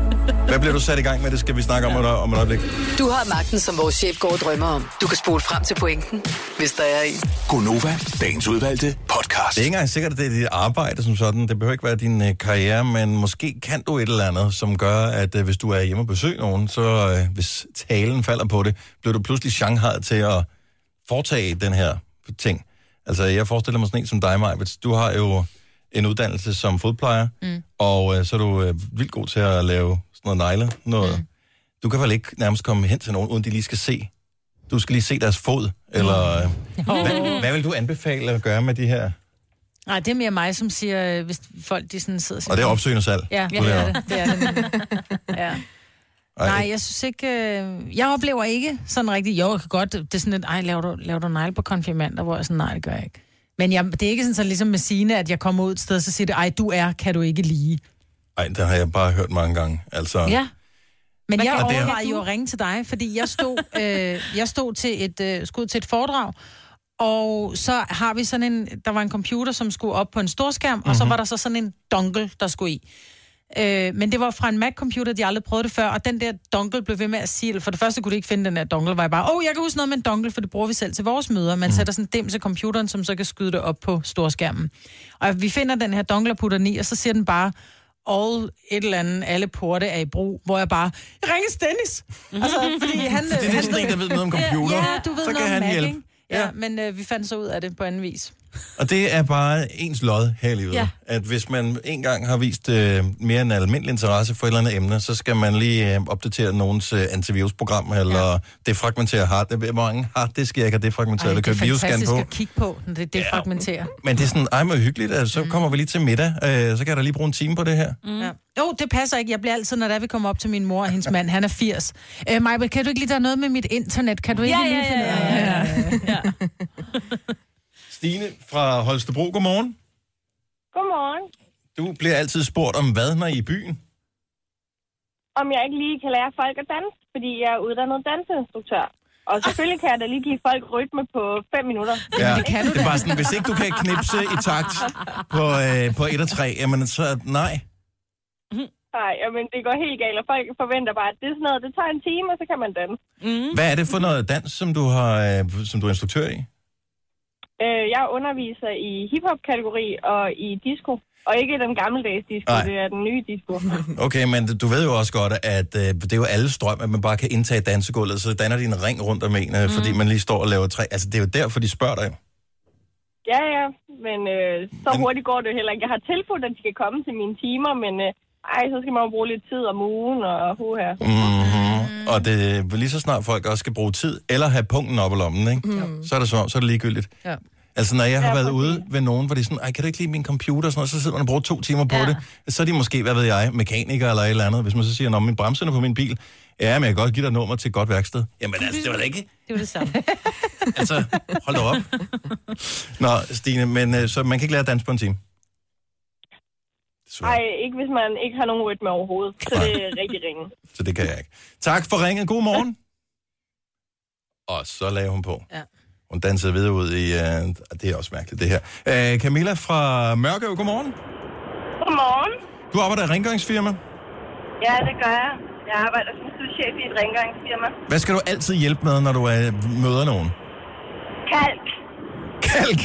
Hvad bliver du sat i gang med? Det skal vi snakke om et øjeblik. Du har magten, som vores chef går og drømmer om. Du kan spole frem til pointen, hvis der er en. Gonova, dagens udvalgte podcast. Det er ikke engang sikkert, at det er dit arbejde som sådan. Det behøver ikke være din karriere, men måske kan du et eller andet, som gør, at hvis du er hjemme og besøger nogen, så hvis talen falder på det, bliver du pludselig shanghajet til at foretage den her ting. Altså, jeg forestiller mig sådan en som dig, Maja. Du har jo en uddannelse som fodplejer, og så er du vildt god til at lave sådan noget negle. Noget. Du kan vel ikke nærmest komme hen til nogen, uden de lige skal se. Du skal lige se deres fod, eller... Hvad vil du anbefale at gøre med de her? Nej, det er mere mig, som siger, hvis folk de sådan sidder... Og det er opsøgende salg? Ja, det er det. Ja. Nej, jeg synes ikke... Jeg oplever ikke sådan rigtigt... Jo, jeg kan godt... Det er sådan lidt, laver du negle på konfirmander, hvor jeg sådan, nej, det gør jeg ikke. Men det er ikke sådan, så ligesom med Signe, at jeg kommer ud et sted, og så siger det, kan du ikke lide. Nej, det har jeg bare hørt mange gange. Altså... Ja. Men jeg overvejede jo at ringe til dig, fordi jeg stod til et foredrag, og så har vi sådan der var en computer, som skulle op på en storskærm, og så var der så sådan en dongle, der skulle i. Men det var fra en Mac-computer, de aldrig prøvede det før, og den der dongle blev ved med at sige, for det første kunne de ikke finde den der dongle, var jeg bare, jeg kan huske noget med en dongle, for det bruger vi selv til vores møder. Man sætter sådan en dims af computeren, som så kan skyde det op på storskærmen. Og vi finder den her dongle og putter den i, og så siger den bare, alle porte er i brug, hvor jeg bare, jeg ringer Dennis. Altså, fordi han... Det er sådan en, der ved noget om computer. Ja, du ved så noget kan han Mac, hjælpe. Ikke? Ja, men vi fandt så ud af det på anden vis. Og det er bare ens lod her i livet. Ja. At hvis man en gang har vist mere end almindelig interesse for et eller andet emne, så skal man lige opdatere nogens antivirusprogram, eller defragmentere hvor mange harddisk jeg kan defragmentere, eller købe viruscan på. Det er fantastisk at kigge på, når det defragmenterer. Men det er sådan, hvor hyggeligt, altså, så kommer vi lige til middag, så kan jeg da lige bruge en time på det her. Ja. Jo, det passer ikke. Jeg bliver altid, når vi kommer op til min mor og hendes mand, han er 80. Maja, kan du ikke lige, der er noget med mit internet? Kan du ikke lige finde Ja. Stine fra Holstebro, godmorgen. Godmorgen. Du bliver altid spurgt om hvad, når I er i byen? Om jeg ikke lige kan lære folk at danse, fordi jeg er uddannet danseinstruktør. Og selvfølgelig kan jeg da lige give folk rytme på 5 minutter. Ja, det er bare sådan, hvis ikke du kan knipse i takt på 1 og 3, jamen så nej. Nej, men det går helt galt, og folk forventer bare, at det er sådan noget, det tager en time, og så kan man danse. Hvad er det for noget dans, som du er instruktør i? Jeg underviser i hiphop-kategori og i disco. Og ikke den gammeldags disco, det er den nye disco. Okay, men du ved jo også godt, at det er jo alle strøm, at man bare kan indtage dansegulvet, så danner de en ring rundt om en, fordi man lige står og laver træ. Altså, det er jo derfor, de spørger dig. Ja, men så hurtigt går det jo heller ikke. Jeg har tilbudt, at de skal komme til mine timer, men så skal man jo bruge lidt tid om ugen og her. Og det lige så snart folk også skal bruge tid, eller have punkten op i lommen, ikke? Så er det ligegyldigt. Ja. Altså, når jeg har været ude ved nogen, hvor de sådan, kan du ikke lide min computer og sådan noget, så sidder man og bruger 2 timer på det. Så er de måske, hvad ved jeg, mekaniker eller et eller andet. Hvis man så siger, min bremserne på min bil, men jeg kan godt give dig et nummer til et godt værksted. Jamen altså, det var da ikke... Det var det samme. Altså, hold da op. Nå, Stine, men så man kan ikke lære at danse på en time? Nej, ikke hvis man ikke har nogen rytme overhovedet. Så det er rigtig ringe. Så det kan jeg ikke. Tak for ringen. God morgen. Og så lagde hun på. Ja. Hun dansede videre ud i... det er også mærkeligt, det her. Camilla fra Mørkøv, godmorgen. Godmorgen. Du arbejder i et rengøringsfirma? Ja, det gør jeg. Jeg arbejder som souschef i et rengøringsfirma. Hvad skal du altid hjælpe med, når du møder nogen? Kalk. Kalk?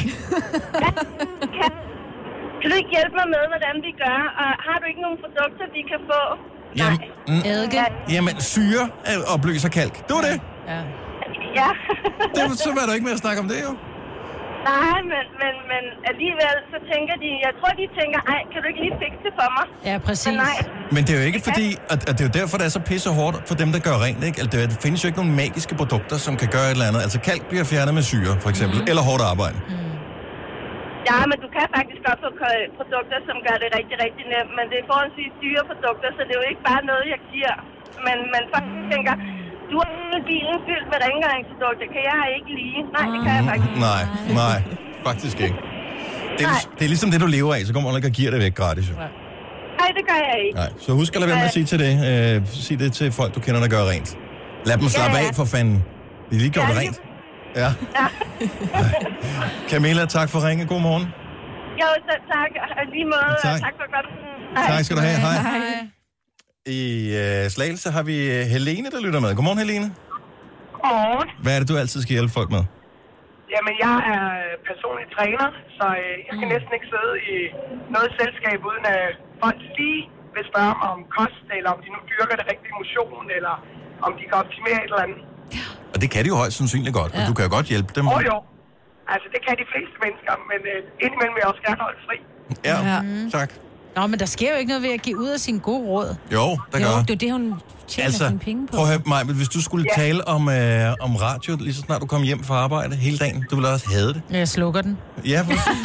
Kan du ikke hjælpe mig med, hvordan vi gør? Og har du ikke nogen produkter, vi kan få? Jamen, syre opløser kalk. Det var det. Ja. Så var der ikke mere at snakke om det, jo. Nej, men alligevel så tænker de... Jeg tror, de tænker, kan du ikke lige fikse det for mig? Ja, præcis. Men nej. Men det er jo ikke fordi... Og det er jo derfor, det er så pisse hårdt for dem, der gør rent, ikke? Altså, det findes jo ikke nogen magiske produkter, som kan gøre et eller andet. Altså, kalk bliver fjernet med syre, for eksempel. Eller hårdt arbejde. Ja, men du kan faktisk godt få produkter, som gør det rigtig, rigtig nemt. Men det er forholdsvis dyre produkter, så det er jo ikke bare noget, jeg giver. Men man faktisk tænker... Du har bilen fyldt med rengøringsprodukter. Kan jeg ikke lige? Nej, det kan jeg faktisk ikke. Nej, faktisk ikke. Det er ligesom det, du lever af, så kommer man ikke og giver det væk gratis. Nej, det gør jeg ikke. Nej, så husk at lade være med at sige til det. Sig det til folk, du kender, der gør rent. Lad dem slappe af for fanden. De lige gjort det rent. Ja. Camilla, tak for ringe. God morgen. Jo, så tak. Lige måde. Tak for godt. Tak skal du have. Hej. I Slagelse har vi Helene, der lytter med. Godmorgen, Helene. Godmorgen. Hvad er det, du altid skal hjælpe folk med? Jamen, jeg er personlig træner, så jeg kan næsten ikke sidde i noget selskab, uden at folk lige vil spørge mig om kost, eller om de nu dyrker det rigtige motion, eller om de kan optimere et eller andet. Og det kan de jo højst sandsynligt godt, og du kan jo godt hjælpe dem. Jo. Altså, det kan de fleste mennesker, men indimellem vil jeg også gerne holde fri. Ja. Tak. Nå, men der sker jo ikke noget ved at give ud af sin gode råd. Jo, der gør. Det er det, hun tjener sine penge på. Prøv at høre mig, hvis du skulle tale om radio, lige så snart du kom hjem fra arbejde hele dagen, du ville også hade det. Jeg slukker den. Ja,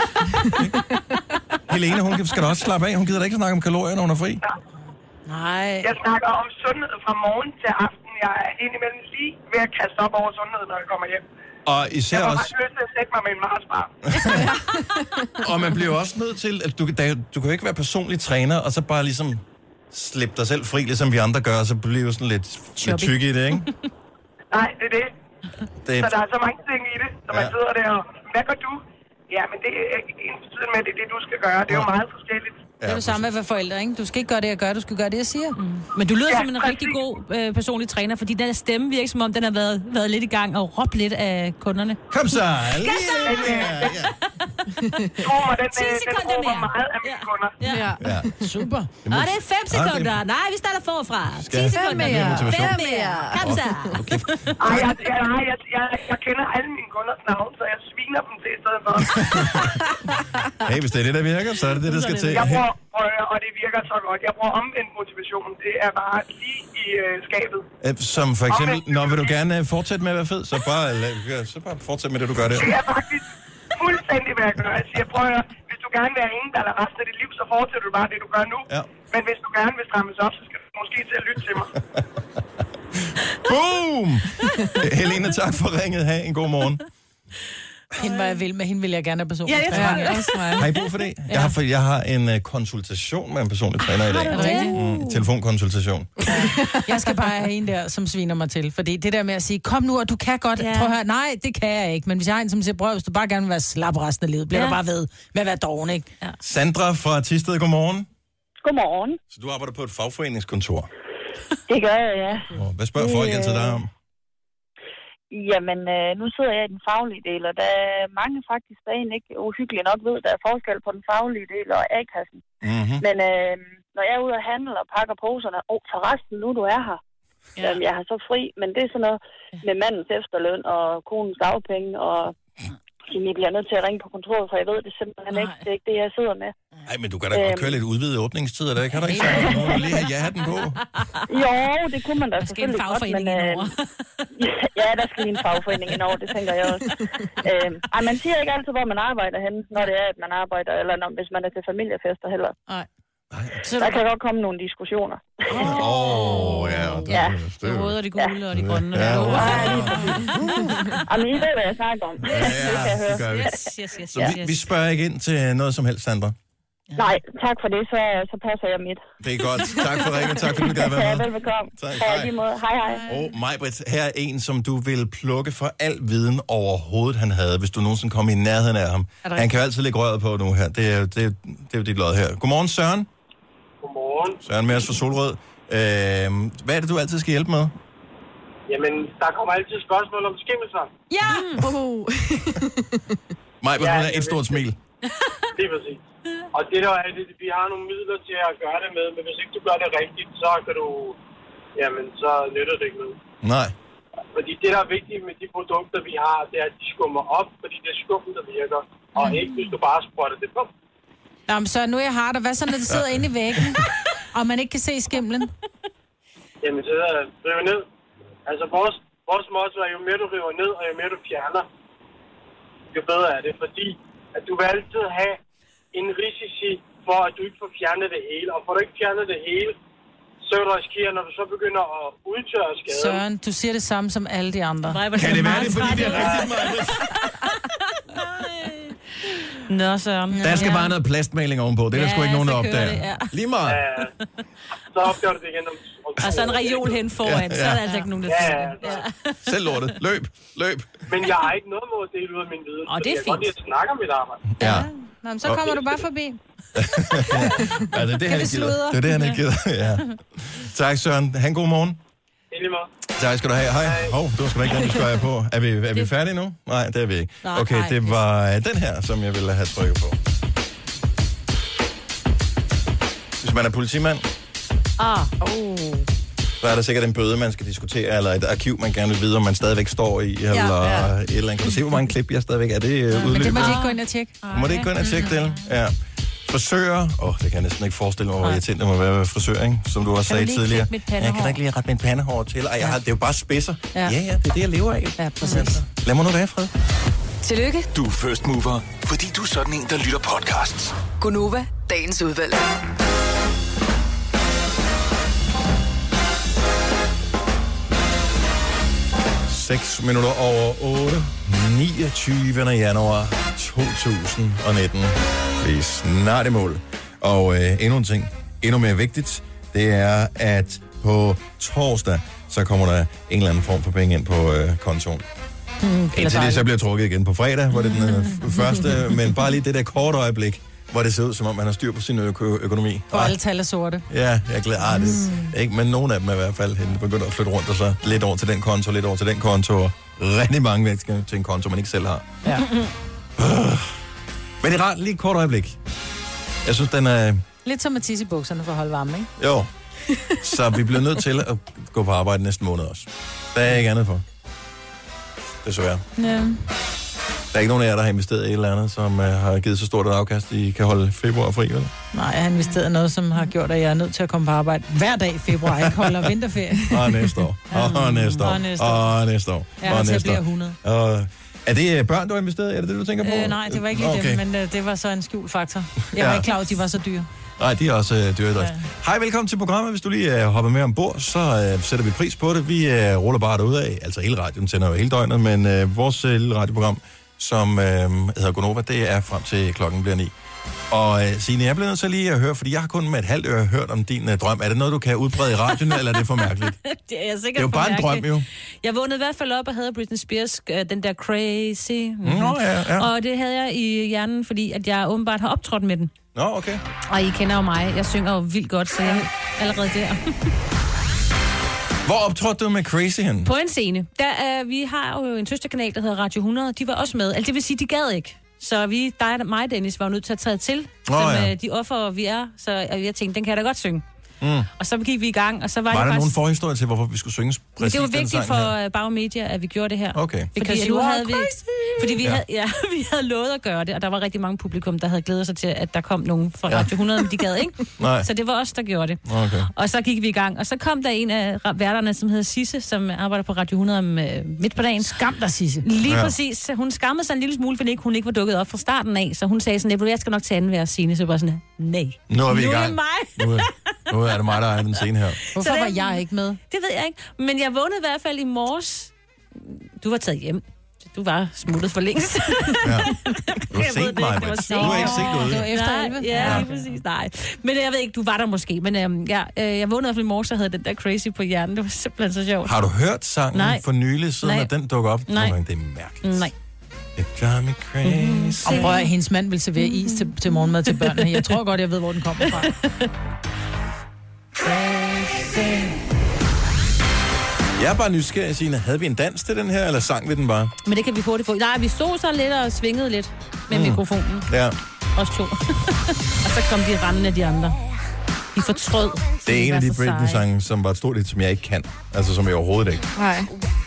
Helene, hun skal da også slappe af. Hun gider da ikke snakke om kalorier, når hun er fri. Ja. Nej. Jeg snakker om sundhed fra morgen til aften. Jeg er indimellem lige ved at kaste op over sundhed, når jeg kommer hjem. Og især jeg får også... faktisk lyst til at sætte mig med en Mars-bar. Og man bliver også nødt til, at du kan jo ikke være personlig træner, og så bare ligesom slippe dig selv fri, ligesom vi andre gør, og så bliver jo sådan lidt tyk i det, ikke? Nej, det er det. Så der er så mange ting i det, så man sidder der og... Hvad gør du? Ja, men det er ikke ensbetydende med, det du skal gøre. Det er jo meget forskelligt. Det er det samme med at være forældre, ikke? Du skal ikke gøre det, jeg gør. Du skal gøre det, jeg siger. Men du lyder som en rigtig god personlig træner, fordi den stemme virker, som om den har været lidt i gang og råbt lidt af kunderne. Kom så! Kom så! Tro mig, den råber meget af mine kunder. Ja. Super. Og det er 5 sekunder. Nej, vi starter forfra. 10 sekunder. 5 mere. Kom så! Jeg kender alle mine kunders navn, så jeg sviner dem til i stedet for. Hey, hvis det er det, der virker, så er det det, der skal til. Jeg bruger, og det virker så godt, jeg bruger omvendt motivation. Det er bare lige i skabet. Som for eksempel, når vil du gerne fortsætte med at være fed, så bare fortsæt med det, du gør der. Det er faktisk fuldstændig, hvad jeg gør. Jeg siger, prøv at høre, hvis du gerne vil have ingen, der er resten af dit liv, så fortsætter du bare det, du gør nu. Ja. Men hvis du gerne vil strammes op, så skal du måske til at lytte til mig. Boom! Helene, tak for ringet. Ha' en god morgen. Hende var jeg vild med, hende vil jeg gerne have personlig træner. Ja, også mig. Har I brug for det? Jeg har en konsultation med en personlig træner i dag. Telefonkonsultation. Ja. Jeg skal bare have en der, som sviner mig til. Fordi det der med at sige, kom nu, og du kan godt. Prøv at høre, nej, det kan jeg ikke. Men hvis jeg har en, som siger, prøv, hvis du bare gerne vil være slap resten af livet, bliver du bare ved med at være doven, ikke? Ja. Sandra fra Thisted, godmorgen. Godmorgen. Så du arbejder på et fagforeningskontor? Det gør jeg, ja. Hvad spørger folk altid dig om? Jamen, nu sidder jeg i den faglige del, og der er mange faktisk, der egentlig ikke uhyggeligt nok ved, der er forskel på den faglige del og A-kassen. Mm-hmm. Men når jeg er ude og handle og pakker poserne, forresten, nu du er her, jeg har så fri, men det er sådan noget med mandens efterløn og konens dagpenge, og jeg bliver nødt til at ringe på kontoret, for jeg ved det simpelthen ikke. Det er ikke det, jeg sidder med. Nej, men du kan da godt køre lidt udvidet åbningstider, der kan du ikke sige, nu lige have ja-hatten på? Jo, det kunne man da selvfølgelig godt, men... ja, der skal lige en fagforening indover, det tænker jeg også. Man siger ikke altid, hvor man arbejder henne, når det er, at man arbejder, eller hvis man er til familiefester heller. Nej. Der kan godt komme nogle diskussioner. Ja. De røde og de gule og de grønne. Jamen, I ved, hvad jeg snakker om. Ja, det gør vi. Så vi spørger ikke ind til noget som helst, Sandra? Nej, tak for det, så passer jeg mit. Det er godt. Tak for ringen. Tak for, at du gerne være med. Ja, velbekomme. Tak. Hej. Og Maj-Brit, her er en, som du vil plukke for al viden overhovedet, han havde, hvis du nogensinde kom i nærheden af ham. Han kan jo altid lægge røret på nu her. Det er jo dit lod her. Godmorgen, Søren. Godmorgen. Søren Mærs fra Solrød. Hvad er det, du altid skal hjælpe med? Jamen, der kommer altid spørgsmål om skimmelsvamp. Ja! Maj-Brit, hun er et stort smil. Det er præcis. Og det der er det, vi har nogle midler til at gøre det med, men hvis ikke du gør det rigtigt, så kan du... Jamen, så nytter det ikke noget. Nej. Fordi det, der er vigtigt med de produkter, vi har, det er, at de skummer op, fordi det er skummen, der virker. Og ikke, hvis du bare sprøjter det på. Nå, men så nu jeg har det. Hvad så, når det sidder inde i væggen, og man ikke kan se skimlen? Jamen, så river ned. Altså, vores motto er, jo mere du river ned, og jo mere du fjerner, jo bedre er det. Fordi at du vil altid have en risici for, at du ikke får fjernet det hele. Og får du ikke fjernet det hele, så er du risikere, når du så begynder at udtørre skaden. Søren, du siger det samme som alle de andre. Kan det være det, fordi det er rigtigt, Maja? Nå, Søren. Der skal bare noget plastmaling ovenpå. Det er der sgu ikke nogen, der opdager. Lige meget. Så opdager du det igen om Og så en reol hen foran, så er der altså ikke nogen, der siger det. Selv lortet. Løb. Men jeg har ikke noget mod at dele ud af min viden. Og det er jeg kan godt lide at snakke om mit arbejde. Ja. Nå, men så kommer du bare forbi. Ja, det er det, han ikke gider. Det er det, han ikke gider. Ja. Tak, Søren. Han god morgen. Tak skal du have. Hej. Du skal da ikke have, du skal have på. Er vi færdige nu? Nej, det er vi ikke. Okay, det var den her, som jeg ville have trykket på. Hvis man er politimand, så er der sikkert en bøde, man skal diskutere, eller et arkiv, man gerne vil vide, om man stadigvæk står i, eller et eller andet. Kan du se, hvor mange klip jeg stadigvæk er? Det udløbet? Men det må de ikke gå ind og tjekke. Må det ikke gå ind og tjekke det? Ja. Frisører. Det kan jeg næsten ikke forestille mig, hvor jeg tænkte, det må være frisør, ikke? Som du også sagde tidligere. Jeg kan da ikke lige rette min pandehår til. Det er jo bare spidser. Ja, det er det, jeg lever af. Ja, præcis. Lad mig nu være, Fred. Tillykke. Du er first mover, fordi du er sådan en, der lytter podcasts. Gunova, dagens udvalgte. 6 minutter over 8. 29. januar 2019. Vi er snart i mål. Og endnu en ting, endnu mere vigtigt, det er, at på torsdag, så kommer der en eller anden form for penge ind på kontoen. Indtil det så bliver trukket igen på fredag, hvor det er den første, men bare lige det der korte øjeblik, hvor det ser ud, som om man har styr på sin økonomi. Og alle tal er sorte. Ja, jeg glæder det. Ikke, men nogle af dem er i hvert fald begynder at flytte rundt, og så lidt over til den konto, lidt over til den konto, og rigtig mange væk til en konto, man ikke selv har. Ja. Men det er rart, lige et kort øjeblik. Jeg synes, den er... Lidt som at tisse i bukserne for at holde varme, ikke? Jo. Så vi bliver nødt til at gå på arbejde næste måned også. Der er ikke andet for. Desværre. Ja. Der er ikke nogen af jer, der har investeret i et eller andet, som har givet så stort et afkast, I kan holde februar fri, vel? Nej, jeg har investeret i noget, som har gjort, at jeg er nødt til at komme på arbejde hver dag i februar. Jeg holder vinterferie. Og næste år. Og næste år. Og næste år. Jeg har til at blive 100. Er det børn, du har investeret i? Er det det, du tænker på? Nej, det var ikke lige dem, men det var så en skjult faktor. Jeg var ikke klar over, at de var så dyre. Nej, de er også dyre. Ja. Hej, velkommen til programmet. Hvis du lige hopper med ombord, så sætter vi pris på det. Vi ruller bare derudad. Altså hele radioen sender jo hele døgnet, men vores lille radioprogram, som hedder Gonova, det er frem til klokken bliver 9. Og Signe, jeg bliver nødt til lige at høre, fordi jeg har kun med et halvt øre hørt om din drøm. Er det noget, du kan udbrede i radioen, eller er det for mærkeligt? Det er sikkert det er jo bare en drøm, jo. Jeg vågnede i hvert fald op og havde Britney Spears, den der Crazy. Ja. Og det havde jeg i hjernen, fordi at jeg åbenbart har optrådt med den. Nå, okay. Og I kender jo mig. Jeg synger jo vildt godt, så jeg er allerede der. Hvor optrådte du med Crazy hen? På en scene. Vi har jo en søsterkanal, der hedder Radio 100. De var også med. Altså, det vil sige, de gad ikke. Så mig og Dennis var nødt til at tage til, de offer, vi er. Så jeg tænkte, den kan jeg da godt synge. Og så gik vi i gang, og så var det der faktisk... nogen forhistorie til, hvorfor vi skulle synge præcis det var vigtigt for Bauer Media, at vi gjorde det her. Okay. Fordi vi havde lovet at gøre det, og der var rigtig mange publikum, der havde glædet sig til, at der kom nogen fra Radio 100, men de gad ikke. Så det var os, der gjorde det. Okay. Og så gik vi i gang, og så kom der en af værterne, som hedder Sisse, som arbejder på Radio 100 midt på dagen. Skam dig, Sisse. Lige præcis. Hun skammede sig en lille smule, fordi hun ikke var dukket op fra starten af, så hun sagde sådan, jeg skal nok tage anden være Signe, så var sådan, nej. Nu er vi i gang. Nu er det mig. Nu er det mig, der er den scene her. Hvorfor var jeg ikke med? Det ved jeg ikke. Men jeg vågnede i hvert fald i morges. Du var taget hjem. Du var smuttet for længst. Ja. Du har set mig, men du har ikke set noget. Det var efter 11. Ja, præcis. Nej. Men jeg ved ikke, du var der måske. Men jeg vågnede i hvert fald i morges, og havde den der Crazy på hjernen. Det var simpelthen så sjovt. Har du hørt sangen for nylig, siden at den dukker op? Nej. Det er mærkeligt. Nej. It drives me crazy. Og prøv at hendes mand vil servere is til morgenmad til børnene. Jeg tror godt, jeg ved, hvor den kommer fra. Jeg er bare nysgerrig, Signe. Havde vi en dans til den her, eller sang vi den bare? Men det kan vi hurtigt få. Nej, vi stod så lidt og svingede lidt med mikrofonen. Ja. Os to. Og så kom de rendende de andre. De fortrød. Det er en af de Britney-sange, som var et stort hit, som jeg ikke kan. Altså, som jeg overhovedet ikke. Nej.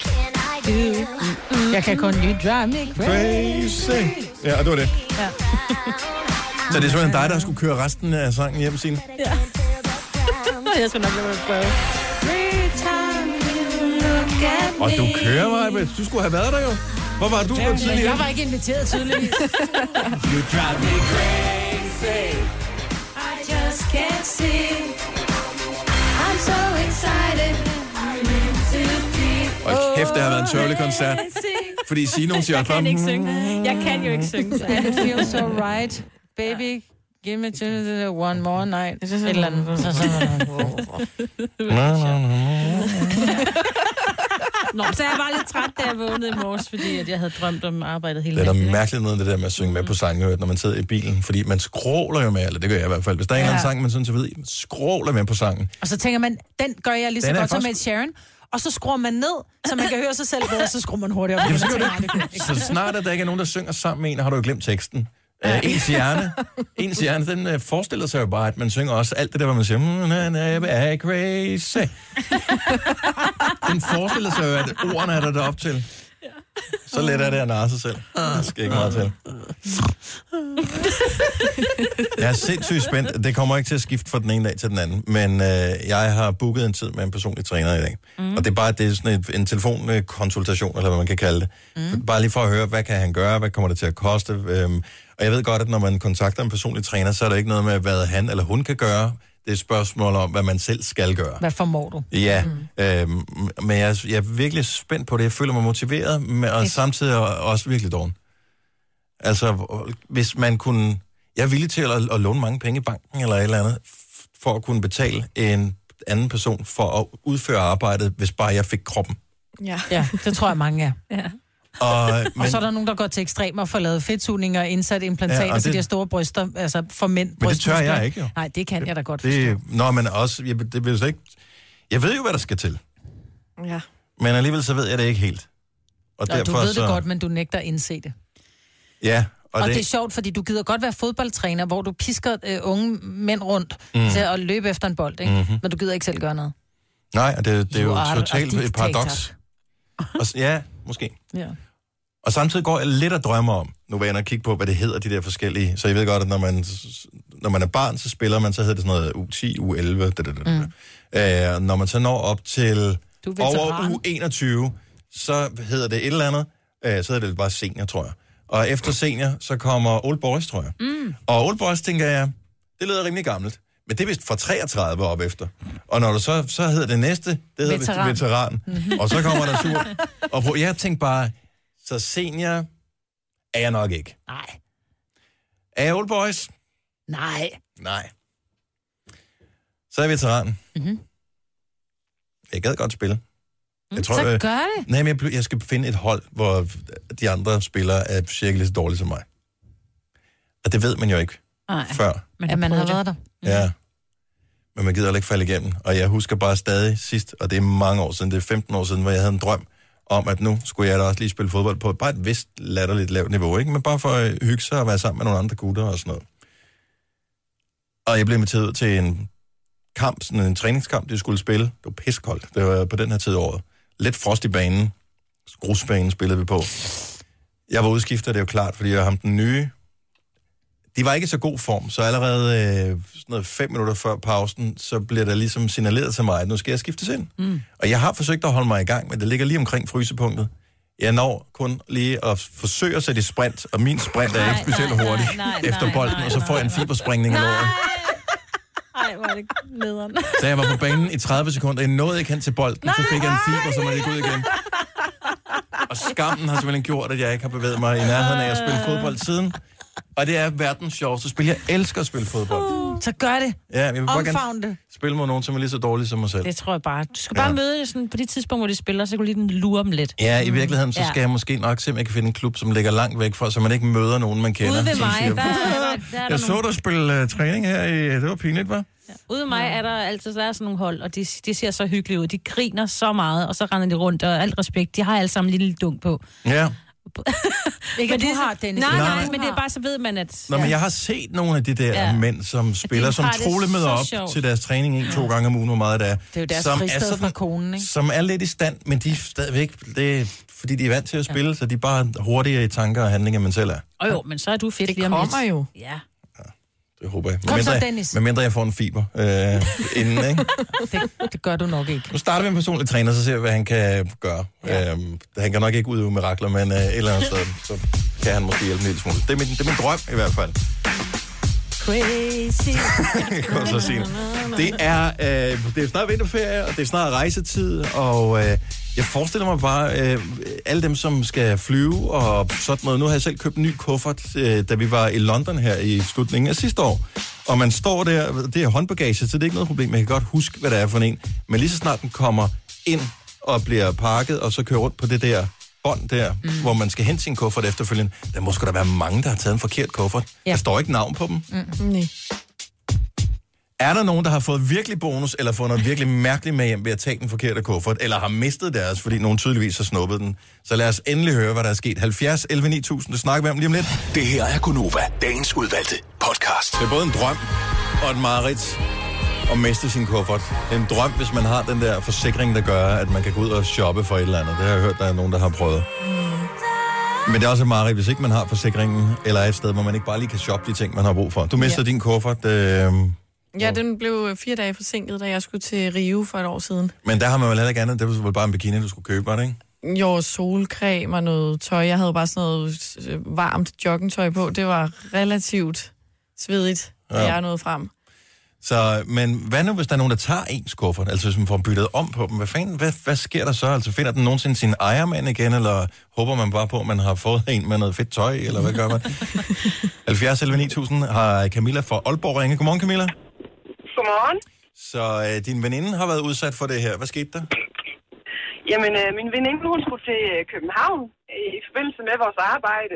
Jeg kan kun You Drive Me Crazy. Ja, og det var det. Ja. Så det er simpelthen dig, der skulle køre resten af sangen hjem, Signe? Ja. Jeg skal nok lade mig prøve. Og du kører, Maja. Du skulle have været der jo. Hvor var du på tidligere? Jeg var ikke inviteret tydeligvis. You drive me crazy. I just can't see. I'm so excited. I'm into deep. Og kæft, det har været en tørvelig koncert. Fordi Signe, hun siger... Jeg kan ikke synge. Jeg kan jo ikke synge. And it feels so right. Baby, Give me one more night. Et eller andet. Nå, så jeg var lidt træt, da jeg vågnede i morges, fordi at jeg havde drømt om arbejdet hele dagen. Det er dagen. mærkeligt noget, det der med at synge med på sangen, når man sidder i bilen, fordi man skråler jo med, eller det gør jeg i hvert fald. Hvis der er en eller anden sang, man synes, jeg ved, man skråler med på sangen. Og så tænker man, den gør jeg lige så godt som Ed Sheeran. Og så skruer man ned, så man kan høre sig selv bedre, så skruer man hurtigt op. Så snart, at der ikke er nogen, der synger sammen med en, har du jo glemt teksten. Ens hjerne, den forestiller sig jo bare, at man synger også alt det der, hvor man siger, I'm crazy. Den forestiller sig jo, at ordene er der op til. Så let er det at narre sig selv. Det skal ikke meget til. Jeg er sindssygt spændt. Det kommer ikke til at skifte fra den ene dag til den anden, men jeg har booket en tid med en personlig træner i dag. Og det er bare det er sådan en telefonkonsultation, eller hvad man kan kalde det. Bare lige for at høre, hvad kan han gøre, hvad kommer det til at koste. Og jeg ved godt, at når man kontakter en personlig træner, så er der ikke noget med, hvad han eller hun kan gøre. Det er et spørgsmål om, hvad man selv skal gøre. Hvad formår du? Ja, men jeg er virkelig spændt på det. Jeg føler mig motiveret, og samtidig også virkelig dårlig. Altså, hvis man kunne... Jeg er villig til at låne mange penge i banken eller et eller andet, for at kunne betale en anden person for at udføre arbejdet, hvis bare jeg fik kroppen. Ja, det tror jeg mange er. Ja. Og så er der nogen, der går til ekstremer og får lavet fedtsugninger og indsat implantater til de her store bryster, altså for mænd. Men det tør jeg ikke, jo. Nej, det kan jeg da godt forstå. Nå, men også, det vil så ikke... Jeg ved jo, hvad der skal til. Ja. Men alligevel så ved jeg det ikke helt. Og derfor, du ved det godt, men du nægter at indse det. Ja. Og det er sjovt, fordi du gider godt være fodboldtræner, hvor du pisker unge mænd rundt til at løbe efter en bold, ikke? Men du gider ikke selv gøre noget. Nej, og det er jo totalt et paradoks. Ja, måske. Ja. Og samtidig går jeg lidt og drømmer om, nu vil jeg og kigge på, hvad det hedder, de der forskellige. Så jeg ved godt, at når man er barn, så spiller man, så hedder det sådan noget U10, U11, når man så når op til over U21, så hedder det et eller andet, så hedder det bare senior, tror jeg. Og efter senior, så kommer Old Boys, tror jeg. Og Old Boys, tænker jeg, det lyder rimelig gammelt. Men det er vist fra 33 op efter. Og når du så hedder det næste, det hedder vist veteran. Og så kommer der sur. Og jeg tænkte bare, så senior er jeg nok ikke. Nej. Er jeg Old Boys? Nej. Så er jeg veteran. Jeg gad godt spille. Jeg tror, så gør det. Nej, men jeg skal finde et hold, hvor de andre spillere er cirka lige så dårlige som mig. Og det ved man jo ikke før. Men man har været der. Ja. Men man gider heller ikke falde igennem. Og jeg husker bare stadig sidst, og det er mange år siden, det er 15 år siden, hvor jeg havde en drøm om, at nu skulle jeg da også lige spille fodbold på bare et vist latterligt lavt niveau, ikke? Men bare for at hygge sig og være sammen med nogle andre gutter og sådan noget. Og jeg blev inviteret ud til en kamp, sådan en træningskamp, de skulle spille. Det var piskoldt. Det var på den her tid af året. Lidt frost i banen. Grusbanen spillede vi på. Jeg var udskifter, det er jo klart, fordi jeg har ham den nye. De var ikke i så god form, så allerede 5 minutter før pausen, så bliver der ligesom signaleret til mig, at nu skal jeg skiftes ind. Og jeg har forsøgt at holde mig i gang, men det ligger lige omkring frysepunktet. Jeg når kun lige at forsøge at sætte i sprint, og min sprint er ikke specielt hurtig efter bolden, og så får jeg en fibersprængning i låret. Ej, hvor er det nederen. Så jeg var på banen i 30 sekunder, jeg nåede ikke hen til bolden, så fik jeg en fiber, så måtte jeg gå ud igen. Og skammen har simpelthen gjort, at jeg ikke har bevæget mig i nærheden af at spille fodbold siden. Og det er verdens sjoveste spil. Jeg elsker at spille fodbold. Så gør det. Ja, jeg vil bare gerne det. Spille mod nogen, som er lige så dårlige som mig selv. Det tror jeg bare. Du skal bare møde det sådan, på de tidspunkter, hvor de spiller, så kan du lige lure dem lidt. Ja, i virkeligheden, så skal jeg måske nok se, om jeg kan finde en klub, som ligger langt væk fra, så man ikke møder nogen, man kender. Ude ved mig, siger, der jeg så dig spille træning her i... Det var pinligt, hva'? Ja. Ude ved mig er der altid der er sådan nogle hold, og de ser så hyggelige ud. De griner så meget, og så render de rundt, og alt respekt. De har alle sammen en lille dunk på. Ja. Ikke, at du har, Dennis. Nej, men det er bare, så ved man, at... Nå, men jeg har set nogle af de der mænd, som spiller, som troligt møder op til deres træning 1-2 gange om ugen, hvor meget det er. Det er jo deres fristed fra konen, ikke? Som er lidt i stand, men de er stadigvæk... Det er, fordi de er vant til at spille, så de er bare hurtigere i tanker og handlinger, end man selv er. Jo, men så er du fedt lige om lidt. Det kommer jo. Ja. Det håber jeg. Kom så, Dennis. Medmindre jeg får en fiber inden, ikke? Det gør du nok ikke. Nu starter vi med en personlig træner, så ser vi, hvad han kan gøre. Ja. Han kan nok ikke udøve mirakler, men et eller andet sted, så kan han måske hjælpe en lille smule. Det er min drøm, i hvert fald. Crazy. Kom så sige det. Det er snart vinterferie, og det er snart rejsetid, og Jeg forestiller mig bare, alle dem, som skal flyve og sådan noget. Nu har jeg selv købt en ny kuffert, da vi var i London her i slutningen af sidste år. Og man står der, det er håndbagage, så det er ikke noget problem. Man kan godt huske, hvad det er for en. Men lige så snart den kommer ind og bliver pakket, og så kører rundt på det der bånd der, hvor man skal hente sin kuffert efterfølgende. Der må sgu da være mange, der har taget en forkert kuffert. Ja. Der står ikke navn på dem. Nej. Er der nogen, der har fået virkelig bonus, eller fået noget virkelig mærkeligt med hjem ved at tage den forkerte kuffert, eller har mistet deres, fordi nogen tydeligvis har snuppet den? Så lad os endelig høre, hvad der er sket. 70 11 9000, det snakker vi om lige om lidt. Det her er Gonova, dagens udvalgte podcast. Det er både en drøm og et mareridt at miste sin kuffert. Det er en drøm, hvis man har den der forsikring, der gør, at man kan gå ud og shoppe for et eller andet. Det har jeg hørt, der er nogen, der har prøvet. Men det er også et mareridt, hvis ikke man har forsikringen, eller et sted, hvor man ikke bare lige kan shoppe de ting, man har brug for. Du mistede din kuffert. Ja, den blev 4 dage forsinket, da jeg skulle til Rio for et år siden. Men der har man vel heller ikke andet. Det var vel bare en bikini, du skulle købe, var det ikke? Jo, solcreme og noget tøj. Jeg havde bare sådan noget varmt joggingtøj på. Det var relativt svedigt, da jeg nåede frem. Så, men hvad nu, hvis der er nogen, der tager ens kuffert? Altså, hvis man får byttet om på dem, hvad sker der så? Altså, finder den nogensinde sin ejermand igen, eller håber man bare på, at man har fået en med noget fedt tøj, eller hvad gør man? 70 11 9000 har Camilla fra Aalborg ringet. Godmorgen, Camilla. Godmorgen. Så din veninde har været udsat for det her. Hvad skete der? Jamen, min veninde, hun skulle til København i forbindelse med vores arbejde.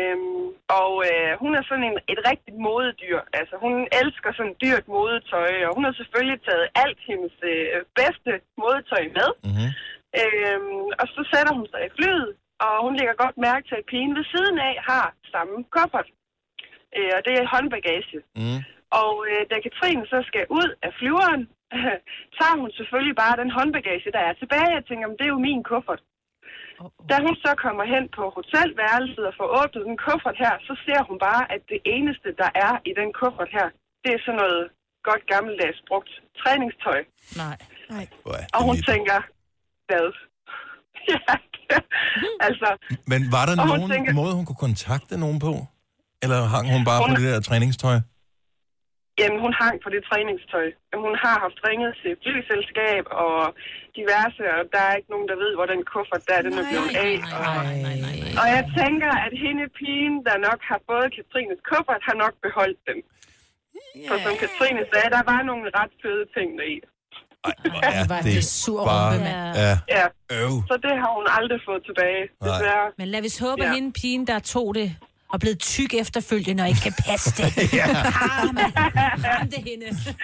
Hun er sådan et rigtigt modedyr. Altså, hun elsker sådan dyrt modetøj, og hun har selvfølgelig taget alt hendes bedste modetøj med. Mm-hmm. Og så sætter hun sig i flyet, og hun lægger godt mærke til, at pigen ved siden af har samme kuffert. Og det er håndbagage. Mm. Og da Katrine så skal ud af flyveren, tager hun selvfølgelig bare den håndbagage, der er tilbage. Jeg tænker, det er jo min kuffert. Da hun så kommer hen på hotelværelset og får åbnet den kuffert her, så ser hun bare, at det eneste, der er i den kuffert her, det er sådan noget godt gammeldags brugt træningstøj. Nej. Og hun tænker, hvad? Ja, altså... Men var der nogen måde, hun kunne kontakte nogen på? Eller hang hun bare på det der træningstøj? Jamen, hun hang på det træningstøj. Hun har haft ringet til flyselskab og diverse, og der er ikke nogen, der ved, hvor den kuffert der, den er blevet af. Og jeg tænker, at hende pigen, der nok har fået Katrines kuffert, har nok beholdt den. For som Katrine sagde, der var nogle ret fede ting deri. Var det sur rumpe, mand. Ja. Så det har hun aldrig fået tilbage, desværre. Men lad os håbe, at hende pigen, der tog det, og blevet tyk efterfølgende, og ikke kan passe det. Det hende.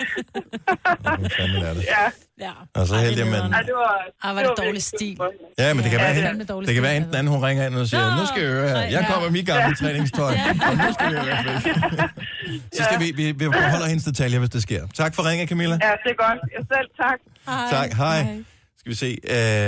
Hvad fanden er det? Ja. Og så heldig, men... Var det dårlig stil. Ja, men det kan være enten anden, hun ringer ind og siger, nu skal jeg høre her. Jeg kommer med mit gamle træningstøj, og nu skal vi høre i hvert fald. Så skal vi holder hendes detaljer, hvis det sker. Tak for ringen, Camilla. Ja, det er godt. Jeg selv, tak. Tak, hej. Skal vi se...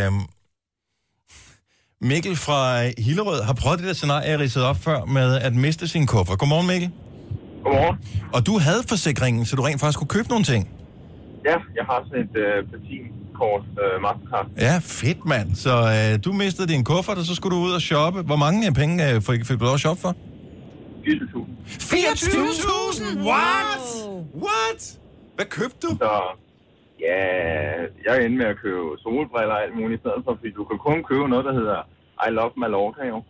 Mikkel fra Hillerød har prøvet det der scenarie, jeg ridset op før, med at miste sin kuffert. Godmorgen, Mikkel. Godmorgen. Og du havde forsikringen, så du rent faktisk kunne købe nogle ting? Ja, jeg har sådan et Platin-kort, Mastercard. Ja, fedt, mand. Så du mistede din kuffert, og så skulle du ud og shoppe. Hvor mange penge fik du lov at shoppe for? 24.000. 24.000? What? Hvad købte du? Så, ja, jeg er inde med at købe solbriller og alt muligt, fordi du kan kun købe noget, der hedder I Love Mallorca, jo.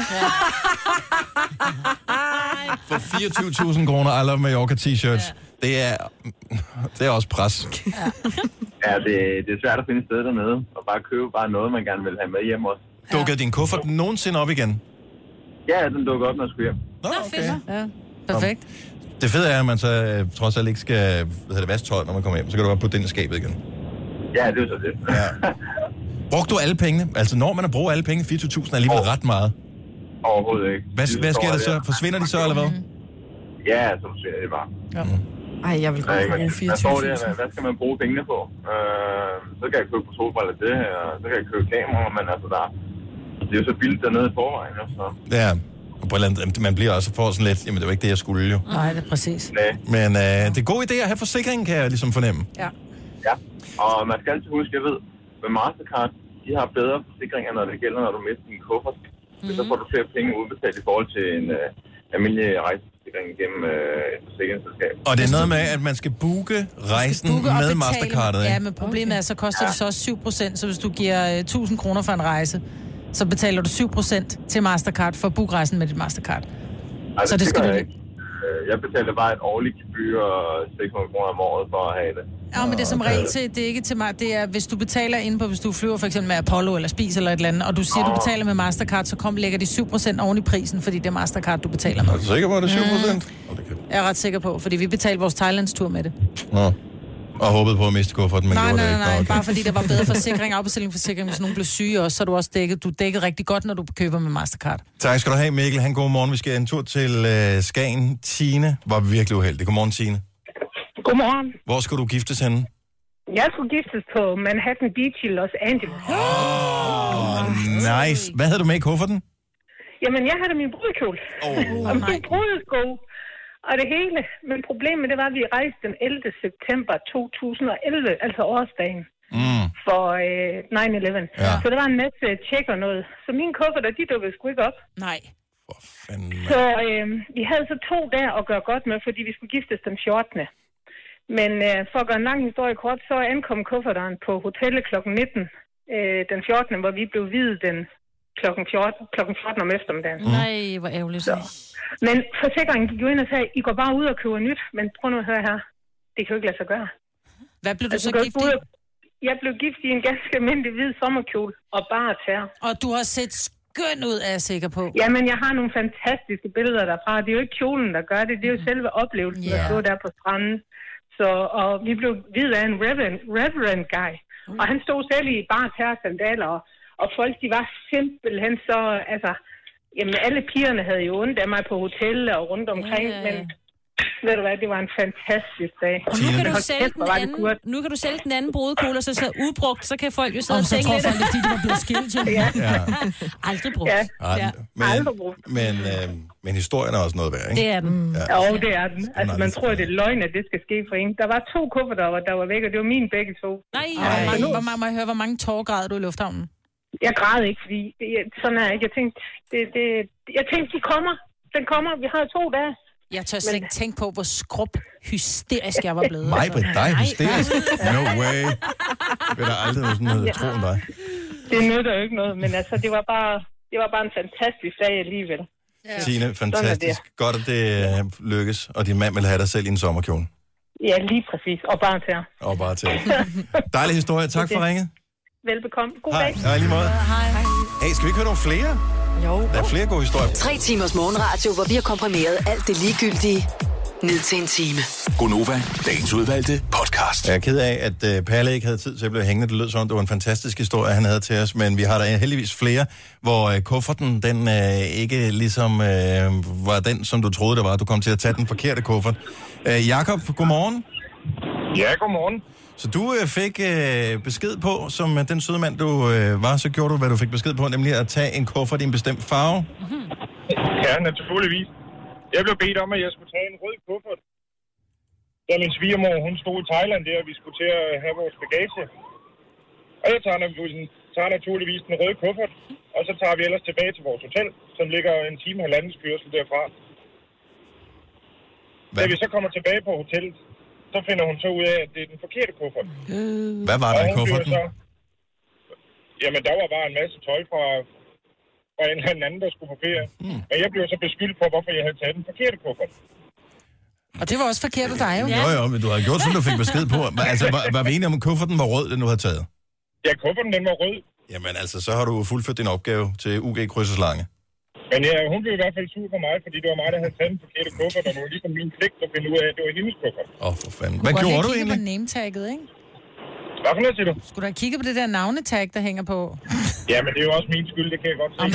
For 24.000 kroner I Love Mallorca t-shirts. Ja. Det er også pres. Ja, det er svært at finde et sted dernede, og bare købe noget, man gerne vil have med hjem også. Dukkede din kuffert nogensinde op igen? Ja, den dukker op, når jeg skulle hjem. Nå, okay. Ja, perfekt. Det fede er, at man så trods alt ikke skal vaske tøj, når man kommer hjem. Så kan du bare putte den i skabet igen. Ja, det er så det. Ja. Brugte du alle pengene? Altså, når man har brugt alle penge, 24.000 er alligevel ret meget. Overhovedet ikke. Hvad sker der så? Forsvinder de så, eller hvad? Ja, så forsvinder det bare. Ja. Ej, jeg vil godt bruge 24.000. Hvad skal man bruge pengene på? Så kan jeg købe på solbriller det, og så kan jeg købe kameraer, men altså det er jo så billigt dernede i forvejen. Så. Ja, og på et eller andet, man bliver også for sådan lidt, jamen det var ikke det, jeg skulle jo. Nej, det er præcis. Nej. Men det er en god idé at have forsikringen, kan jeg ligesom fornemme. Ja. Ja, og man skal altid huske, jeg ved, med Mastercard, de har bedre forsikringer, når det gælder, når du mister din kuffert. Så får du flere penge udbetalt i forhold til en almindelig rejse. rejseforsikring gennem et forsikringsselskab. Og det er noget med, at man skal booke rejsen med Mastercardet, ikke? Ja, men problemet er, så koster det så også 7%, så hvis du giver 1.000 kroner for en rejse, så betaler du 7% til Mastercard for at booke rejsen med dit Mastercard. Altså, så det skal du ikke. Jeg betaler bare et årligt gebyr og 600 kroner om året for at have det. Ja, men det er som regel til, det er ikke til mig. Det er, hvis du betaler ind på, hvis du flyver for eksempel med Apollo eller Spis eller et eller andet, og du siger, du betaler med Mastercard, så lægger de 7% oven i prisen, fordi det er Mastercard, du betaler med. Er du sikker på, at det er 7%? Jeg er ret sikker på, fordi vi betalte vores Thailands-tur med det. Nå. Og håbede på at miste kufferten, men nej, gjorde det ikke. Nej, bare fordi der var bedre forsikring, afbestillingsforsikring, hvis nogen blev syge også, så er du også dækket. Du er dækket rigtig godt, når du køber med Mastercard. Tak skal du have, Mikkel. God morgen. Vi skal en tur til Skagen. Tine var virkelig uheldig. Godmorgen, Tine. Godmorgen. Hvor skulle du giftes henne? Jeg skulle giftes på Manhattan Beach i Los Angeles. Nice. Hvad havde du med i kufferten? Jamen, jeg havde min brudekjole. Og min brudesko. Og det hele. Men problemet, det var, at vi rejste den 11. september 2011, altså årsdagen for 9/11. Ja. Så der var en masse tjek og noget. Så mine kufferter, de dukkede sgu ikke op. Nej. Så vi havde så 2 dage at gøre godt med, fordi vi skulle giftes den 14. Men for at gøre en lang historie kort, så ankom kufferteren på hotellet kl. 19 den 14. hvor vi blev viet den klokken 14 om eftermiddagen. Nej, hvor ærgerligt. Så. Men forsikringen gik jo ind og sagde, I går bare ud og køber nyt, men prøv nu at høre her. Det kan jo ikke lade sig gøre. Hvad blev du så gift i? Jeg blev gift i en ganske almindelig hvid sommerkjole og bare tær. Og du har set skøn ud, er jeg sikker på. Jamen, jeg har nogle fantastiske billeder derfra. Det er jo ikke kjolen, der gør det. Det er jo selve oplevelsen, at stå der på stranden. Så, og vi blev videt af en reverend guy. Og han stod selv i bare tær sandaler, og folk, de var simpelthen så, altså, jamen alle pigerne havde jo ondt af mig på hotellet og rundt omkring, men ved du hvad, det var en fantastisk dag. Og nu kan du sælge den anden brudekjole, og så udbrugt, så kan folk jo sidde og tænke lidt. Så tror folk, fordi de var blevet skilt. Ja. Aldrig brugt. Ja. Aldrig brugt. Men historien er også noget værd, ikke? Det er den. Ja, det er den. Altså, man tror, det er løgn, at det skal ske for en. Der var 2 kufferter, der var væk, og det var mine begge 2. Nej. Hvor mange tårer græd du i lufthavnen? Jeg græd ikke, fordi sådan er jeg ikke. Jeg tænkte, den kommer. Vi har 2 dage. Jeg tør slet ikke tænke på, hvor hysterisk jeg var blevet. Mig på dig hysterisk? No way. Det vil der aldrig være sådan noget, jeg tror om dig. Det nytter jo ikke noget, men altså, det var bare en fantastisk dag alligevel. Ja. Tine, fantastisk. Godt, at det lykkes, og din mand vil have dig selv i en sommerkjole. Ja, lige præcis. Og bare til. Dejlig historie. Tak for ringet. Velbekomme. God dag. Hej, lige måde. Hej. Hey, skal vi ikke høre nogle flere? Jo. Der er flere gode historier. 3 timers morgenradio, hvor vi har komprimeret alt det ligegyldige ned til en time. Gonova, dagens udvalgte podcast. Jeg er ked af, at Palle ikke havde tid til at blive hængende. Det lød som, det var en fantastisk historie, han havde til os, men vi har der heldigvis flere, hvor kufferten, den ikke ligesom var den, som du troede, det var. Du kom til at tage den forkerte kuffert. Jakob, godmorgen. Ja, godmorgen. Så du fik besked på, som den søde mand, du var, så gjorde du, hvad du fik besked på, nemlig at tage en kuffert i en bestemt farve? Ja, naturligvis. Jeg blev bedt om, at jeg skulle tage en rød kuffert. Da min svigermor, hun stod i Thailand der, og vi skulle til at have vores bagage. Og jeg tager naturligvis den røde kuffert, og så tager vi ellers tilbage til vores hotel, som ligger 1 time og halvandens kørsel derfra. Da vi så kommer tilbage på hotellet, så finder hun så ud af, at det er den forkerte kuffert. Hvad var der i kufferten? Jamen, der var bare en masse tøj fra en eller anden, der skulle på ferie. Men jeg blev så beskyldt på, hvorfor jeg havde taget den forkerte kuffert. Og det var også forkert af dig, jo. Jo, men du havde gjort, som du fik besked på. Altså, var vi enige om, at kufferten var rød, den du havde taget? Ja, kufferten, den var rød. Jamen, altså, så har du fuldført din opgave til UG Krydseslange. Men ja, hun blev i hvert fald sur på mig, fordi det var mig, der havde taget den forkerte kuffert, og det var ligesom min pligt at finde ud af, at det var hendes kuffert. For fanden. Hvad gjorde du egentlig? Du kunne name-tagget, ikke? Hvad for noget siger du? Skulle du have kigget på det der navnetag, der hænger på? Ja, men det er jo også min skyld, det kan jeg godt se.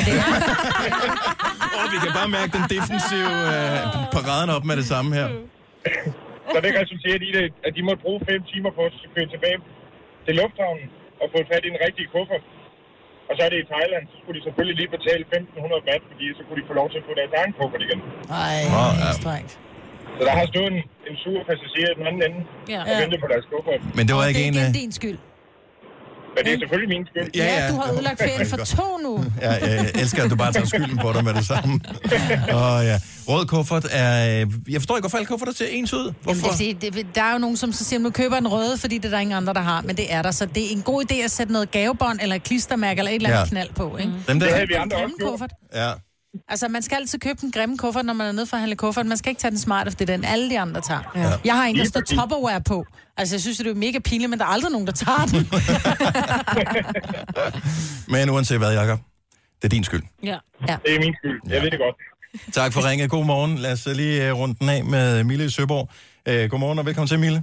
Vi kan bare mærke den defensive paraden op med det samme her. Så det resulterede i det, at de måtte bruge 5 timer på at køre tilbage til lufthavnen og få fat i en rigtig kuffert. Og så er det i Thailand, så skulle de selvfølgelig lige betale 1.500 baht, fordi så kunne de få lov til at få deres egen kuffert igen. Ej, strengt. Så der har stået en sur passager i den anden ende og ventet på deres kuffert. Men det var ikke en... Det er din skyld. Men det er selvfølgelig min skyld. Ja, du har ødelagt ferien for 2 nu. Ja, jeg elsker, at du bare tager skylden på dig med det samme. Ja. Rød kuffert er... Jeg forstår ikke, hvorfor alle kufferter ser ens ud. Hvorfor? Jamen, der er jo nogen, som så siger, at nu køber en røde, fordi det er der ingen andre, der har. Men det er der, så det er en god idé at sætte noget gavebånd eller et klistermærke eller et eller andet knald på. Ikke? Dem der havde vi andre også gjort. Ja. Altså, man skal altid købe den grimme kuffert, når man er nede for at handle kuffert. Man skal ikke tage den smarte, for det er den, alle de andre tager. Ja. Jeg har en, der står Tupperware på. Altså, jeg synes, det er mega pinligt, men der er aldrig nogen, der tager den. Men uanset hvad, Jacob, det er din skyld. Ja. Det er min skyld. Jeg ved det godt. Tak for ringet. God morgen. Lad os lige runde den af med Mille i Søborg. God og velkommen til, Mille.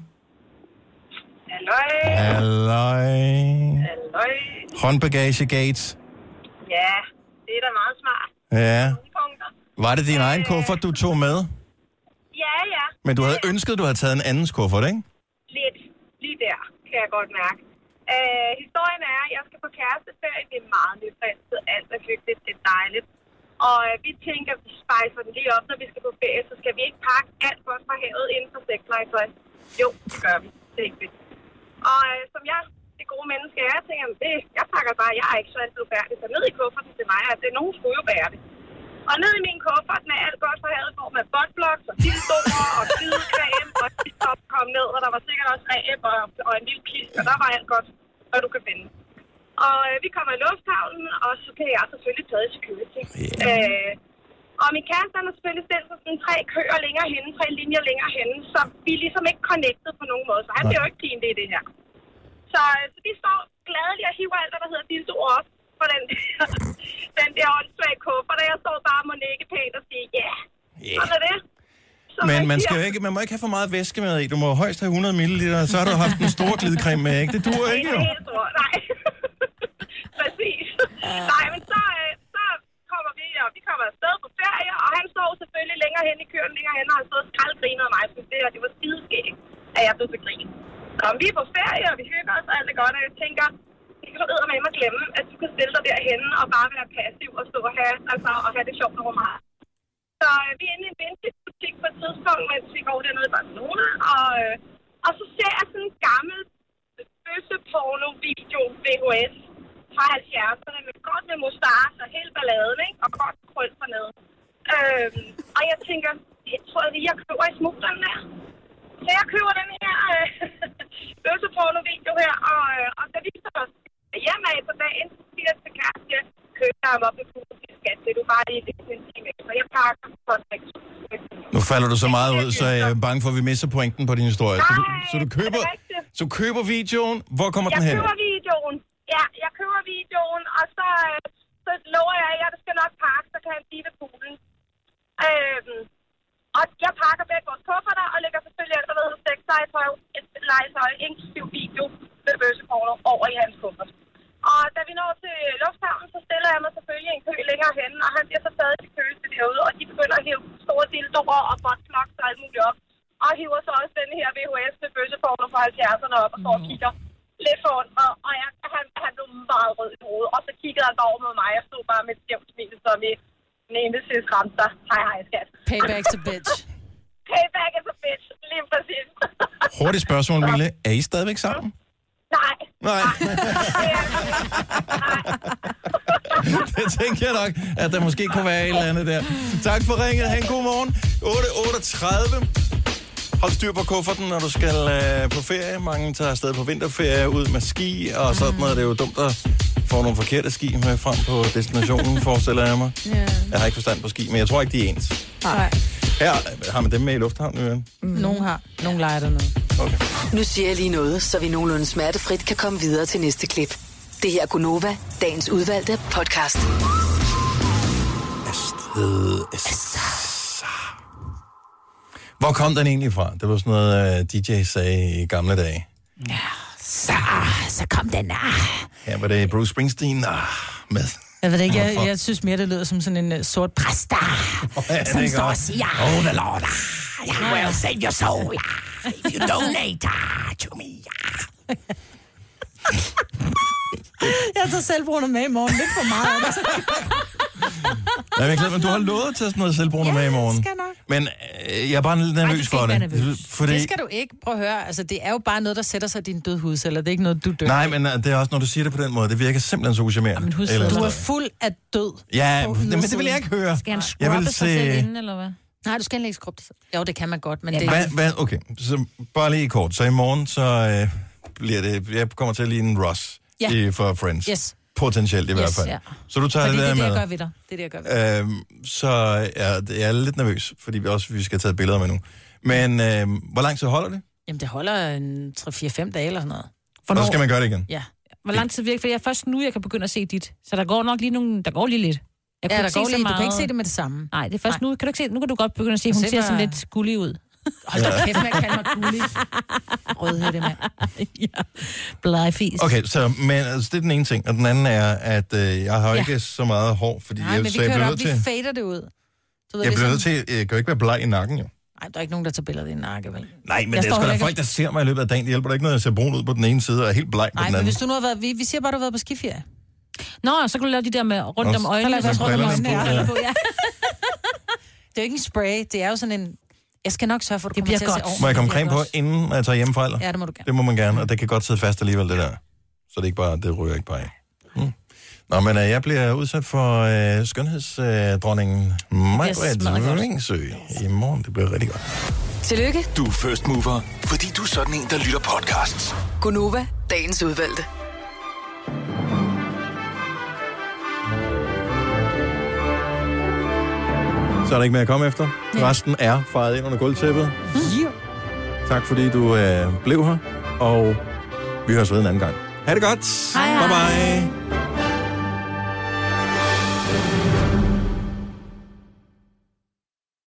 Halløj. Halløj. Halløj. Håndbagage gates. Ja, det er da meget smart. Ja. Var det din egen kuffert, du tog med? Ja. Men du havde ønsket, du havde taget en andens kuffert, ikke? Lidt. Lige der, kan jeg godt mærke. Historien er, at jeg skal på kæresteferie. Det er meget nyfrelset. Alt er hyggeligt. Det er dejligt. Og vi tænker, at vi spejser den lige op, når vi skal på ferie. Så skal vi ikke pakke alt godt fra havet inden for sexlegetøj. Jo, det gør vi. Det er ikke det. Og som jeg, det gode menneske er, jeg tænker, jeg pakker bare. Jeg er ikke så altid færdig. Så ned i kufferten til mig, at det nogen skulle jo bære det. Og ned i min kuffert med alt godt fra havet, går med buttplugs og dildoer og glidecreme og top kom ned, og der var sikkert også ræb og en lille pisk, og der var alt godt, hvad du kan finde. Og vi kommer i lufthavnen, og så kan jeg selvfølgelig tage i security. Og min kæreste har selvfølgelig stillet sig sådan 3 køer længere henne, 3 linjer længere henne, så vi er ligesom ikke connected på nogen måde, så han bliver jo ikke pinlig i det her. Så de står gladeligt og hiver alt, hvad der hedder dildoer op på den der åndssvage kuffert, og jeg står bare og nikke pænt og sige, sådan er det. Men man må ikke have for meget væske med i. Du må højst have 100 ml, så har du haft en stor glidecreme med, ikke? Det duer ikke, jo. Nej. Præcis. Nej, men så kommer vi kommer afsted på ferie, og han står selvfølgelig længere hen i køen, længere hen, og han stod og skraldgriner af mig, for det var skideskægt, at jeg blev så grin. Så vi er på ferie, og vi hygger os, og alt er godt, og jeg tænker, det kan du med mig glemme, at du kan stille dig derhenne og bare være passiv og stå og have det sjovt over mig. Så vi er inde i en vintage-butik på et tidspunkt, mens vi går dernede i Barcelona, og så ser jeg sådan en gammel bøsseporno-video VHS fra 70'erne med godt med mustache og hele balladen, ikke? Og godt krøl for nede. Og jeg tænker, jeg tror lige, jeg køber i smugleren der. Så jeg køber den her bøsseporno-video her, og så viser det os hjemme af på dagen, så siger jeg til kæresten, jeg køber ham op i puden, det er du bare lige lidt intim, så jeg pakker på 6. Nu falder du så meget ud, så jeg er bange for, at vi misser pointen på din historie. Så du køber videoen. Hvor kommer den hen? Jeg køber videoen. Ja, jeg køber videoen, og så lover jeg, at det skal nok pakke, så kan han blive ved poolen. Og jeg pakker begge vores kufferter, og lægger selvfølgelig alt, der ved sexlegetøj, inklusiv video med bøsseporno over i hans kuffert. Og da vi når til lufthavnen, så stiller jeg mig selvfølgelig en kø længere hen, og han bliver så stadig til køse derude, og de begynder at hive store dildoer og buttplugs og alt muligt op. Og hiver så også den her VHS med bøsseporno fra 70'erne op og står og kigger lidt forundret, og han blev meget rød i hovedet, og så kiggede han bare over mod mig, og stod bare med et skævt smil, som i den ene sidste ramte sig. Hej, skat. Payback's a bitch. Payback is a bitch, lige præcis. Hurtigt spørgsmål, Mille. Er I stadigvæk sammen? Nej. Det tænker jeg nok, at der måske kunne være et eller andet der. Tak for ringet. Ha' en god morgen. 8:38. Hold styr på kufferten, når du skal på ferie. Mange tager afsted på vinterferie ud med ski, og sådan noget. Det er jo dumt at få nogle forkerte ski med frem på destinationen, forestiller jeg mig. Yeah. Jeg har ikke forstand på ski, men jeg tror ikke, de er ens. Nej. Her har man dem med i lufthavnen. Nogen har. Nogen leger dernede. Okay. Nu siger jeg lige noget, så vi nogenlunde smertefrit kan komme videre til næste klip. Det her er Gunova, dagens udvalgte podcast. Astrid. Hvor kom den egentlig fra? Det var sådan noget, DJ sagde i gamle dage. Ja, så kom den. Her var det Bruce Springsteen med. Jeg ved det ikke, jeg synes mere, det lyder som sådan en sort præst, som står og siger, oh, the Lord, I will save your soul, if you donate to me. Jeg tager selvbruner med i morgen, lidt for meget. Ja, men du har lovet at tage sådan noget selvbruner med i morgen. Men jeg er bare lidt nervøs for det. Fordi... Det skal du ikke. Prøv at høre. Altså, det er jo bare noget, der sætter sig i din døde hudceller. Det er ikke noget, du dør. Nej, men det er også, når du siger det på den måde, det virker simpelthen så uschammerende. Du er fuld af død. Ja, men det vil jeg ikke høre. Skal han scrubbe sig selv inden, eller hvad? Nej, du skal ikke scrubbe dig selv. Jo, det kan man godt, men det... Okay, så bare lige kort. Så i morgen, så bliver det... Jeg kommer til at ligne en Ross for Friends. Yes. Potentielt i hvert fald. Ja. Så du tager det der med. Det er det, jeg gør ved dig. Det er det, jeg gør ved dig. Så jeg er lidt nervøs, fordi vi skal tage billeder med nu. Men hvor lang tid holder det? Jamen, det holder en 3-4-5 dage eller sådan noget. Og så skal man gøre det igen? Ja. Hvor lang tid virker? For jeg er først nu, jeg kan begynde at se dit. Så der går nok lige nogle... Der går lige lidt. Der går lige. Du kan ikke se det med det samme. Nej, det er først nu. Kan du ikke se det? Nu kan du godt begynde at se, hun ser sådan lidt gullig ud. Hold da kæft med at kalde mig gullig. Rødhætte, mand. Ja. Blegfis. Okay, men altså, det er den ene ting. Og den anden er, at jeg har ikke så meget hår, fordi nej, men vi fader det ud. Jeg bliver nødt til, jeg kan jo ikke være bleg i nakken, jo. Nej, der er ikke nogen, der tager billeder i nakke, vel? Nej, men det er sgu da folk, der ser mig i løbet af dagen. Det hjælper da ikke noget, at jeg ser brun ud på den ene side og er helt bleg på den anden. Nej, men hvis du nu har været... Vi siger bare, du har været på skiferie. Nå, så kan du lave de der med rundt om øjnene. Det er jo ikke en spray, det er jo sådan en... Jeg skal nok sørge for, at du kommer til at se ordentligt. Må jeg komme creme på, inden jeg tager hjemmefra? Ja, det må du gerne. Det må man gerne, og det kan godt sidde fast alligevel, det der. Så det er ikke bare, det ryger ikke bare af. Nå, men jeg bliver udsat for skønhedsdronningen Maj-Brit Ringsø i morgen. Det bliver rigtig godt. Tillykke. Du er first mover, fordi du er sådan en, der lytter podcasts. Gunova, dagens udvalgte. Så er der ikke mere at komme efter. Resten er faret ind under gulvtæppet. Tak fordi du blev her, og vi høres ved en anden gang. Ha' det godt. Hej. Bye bye.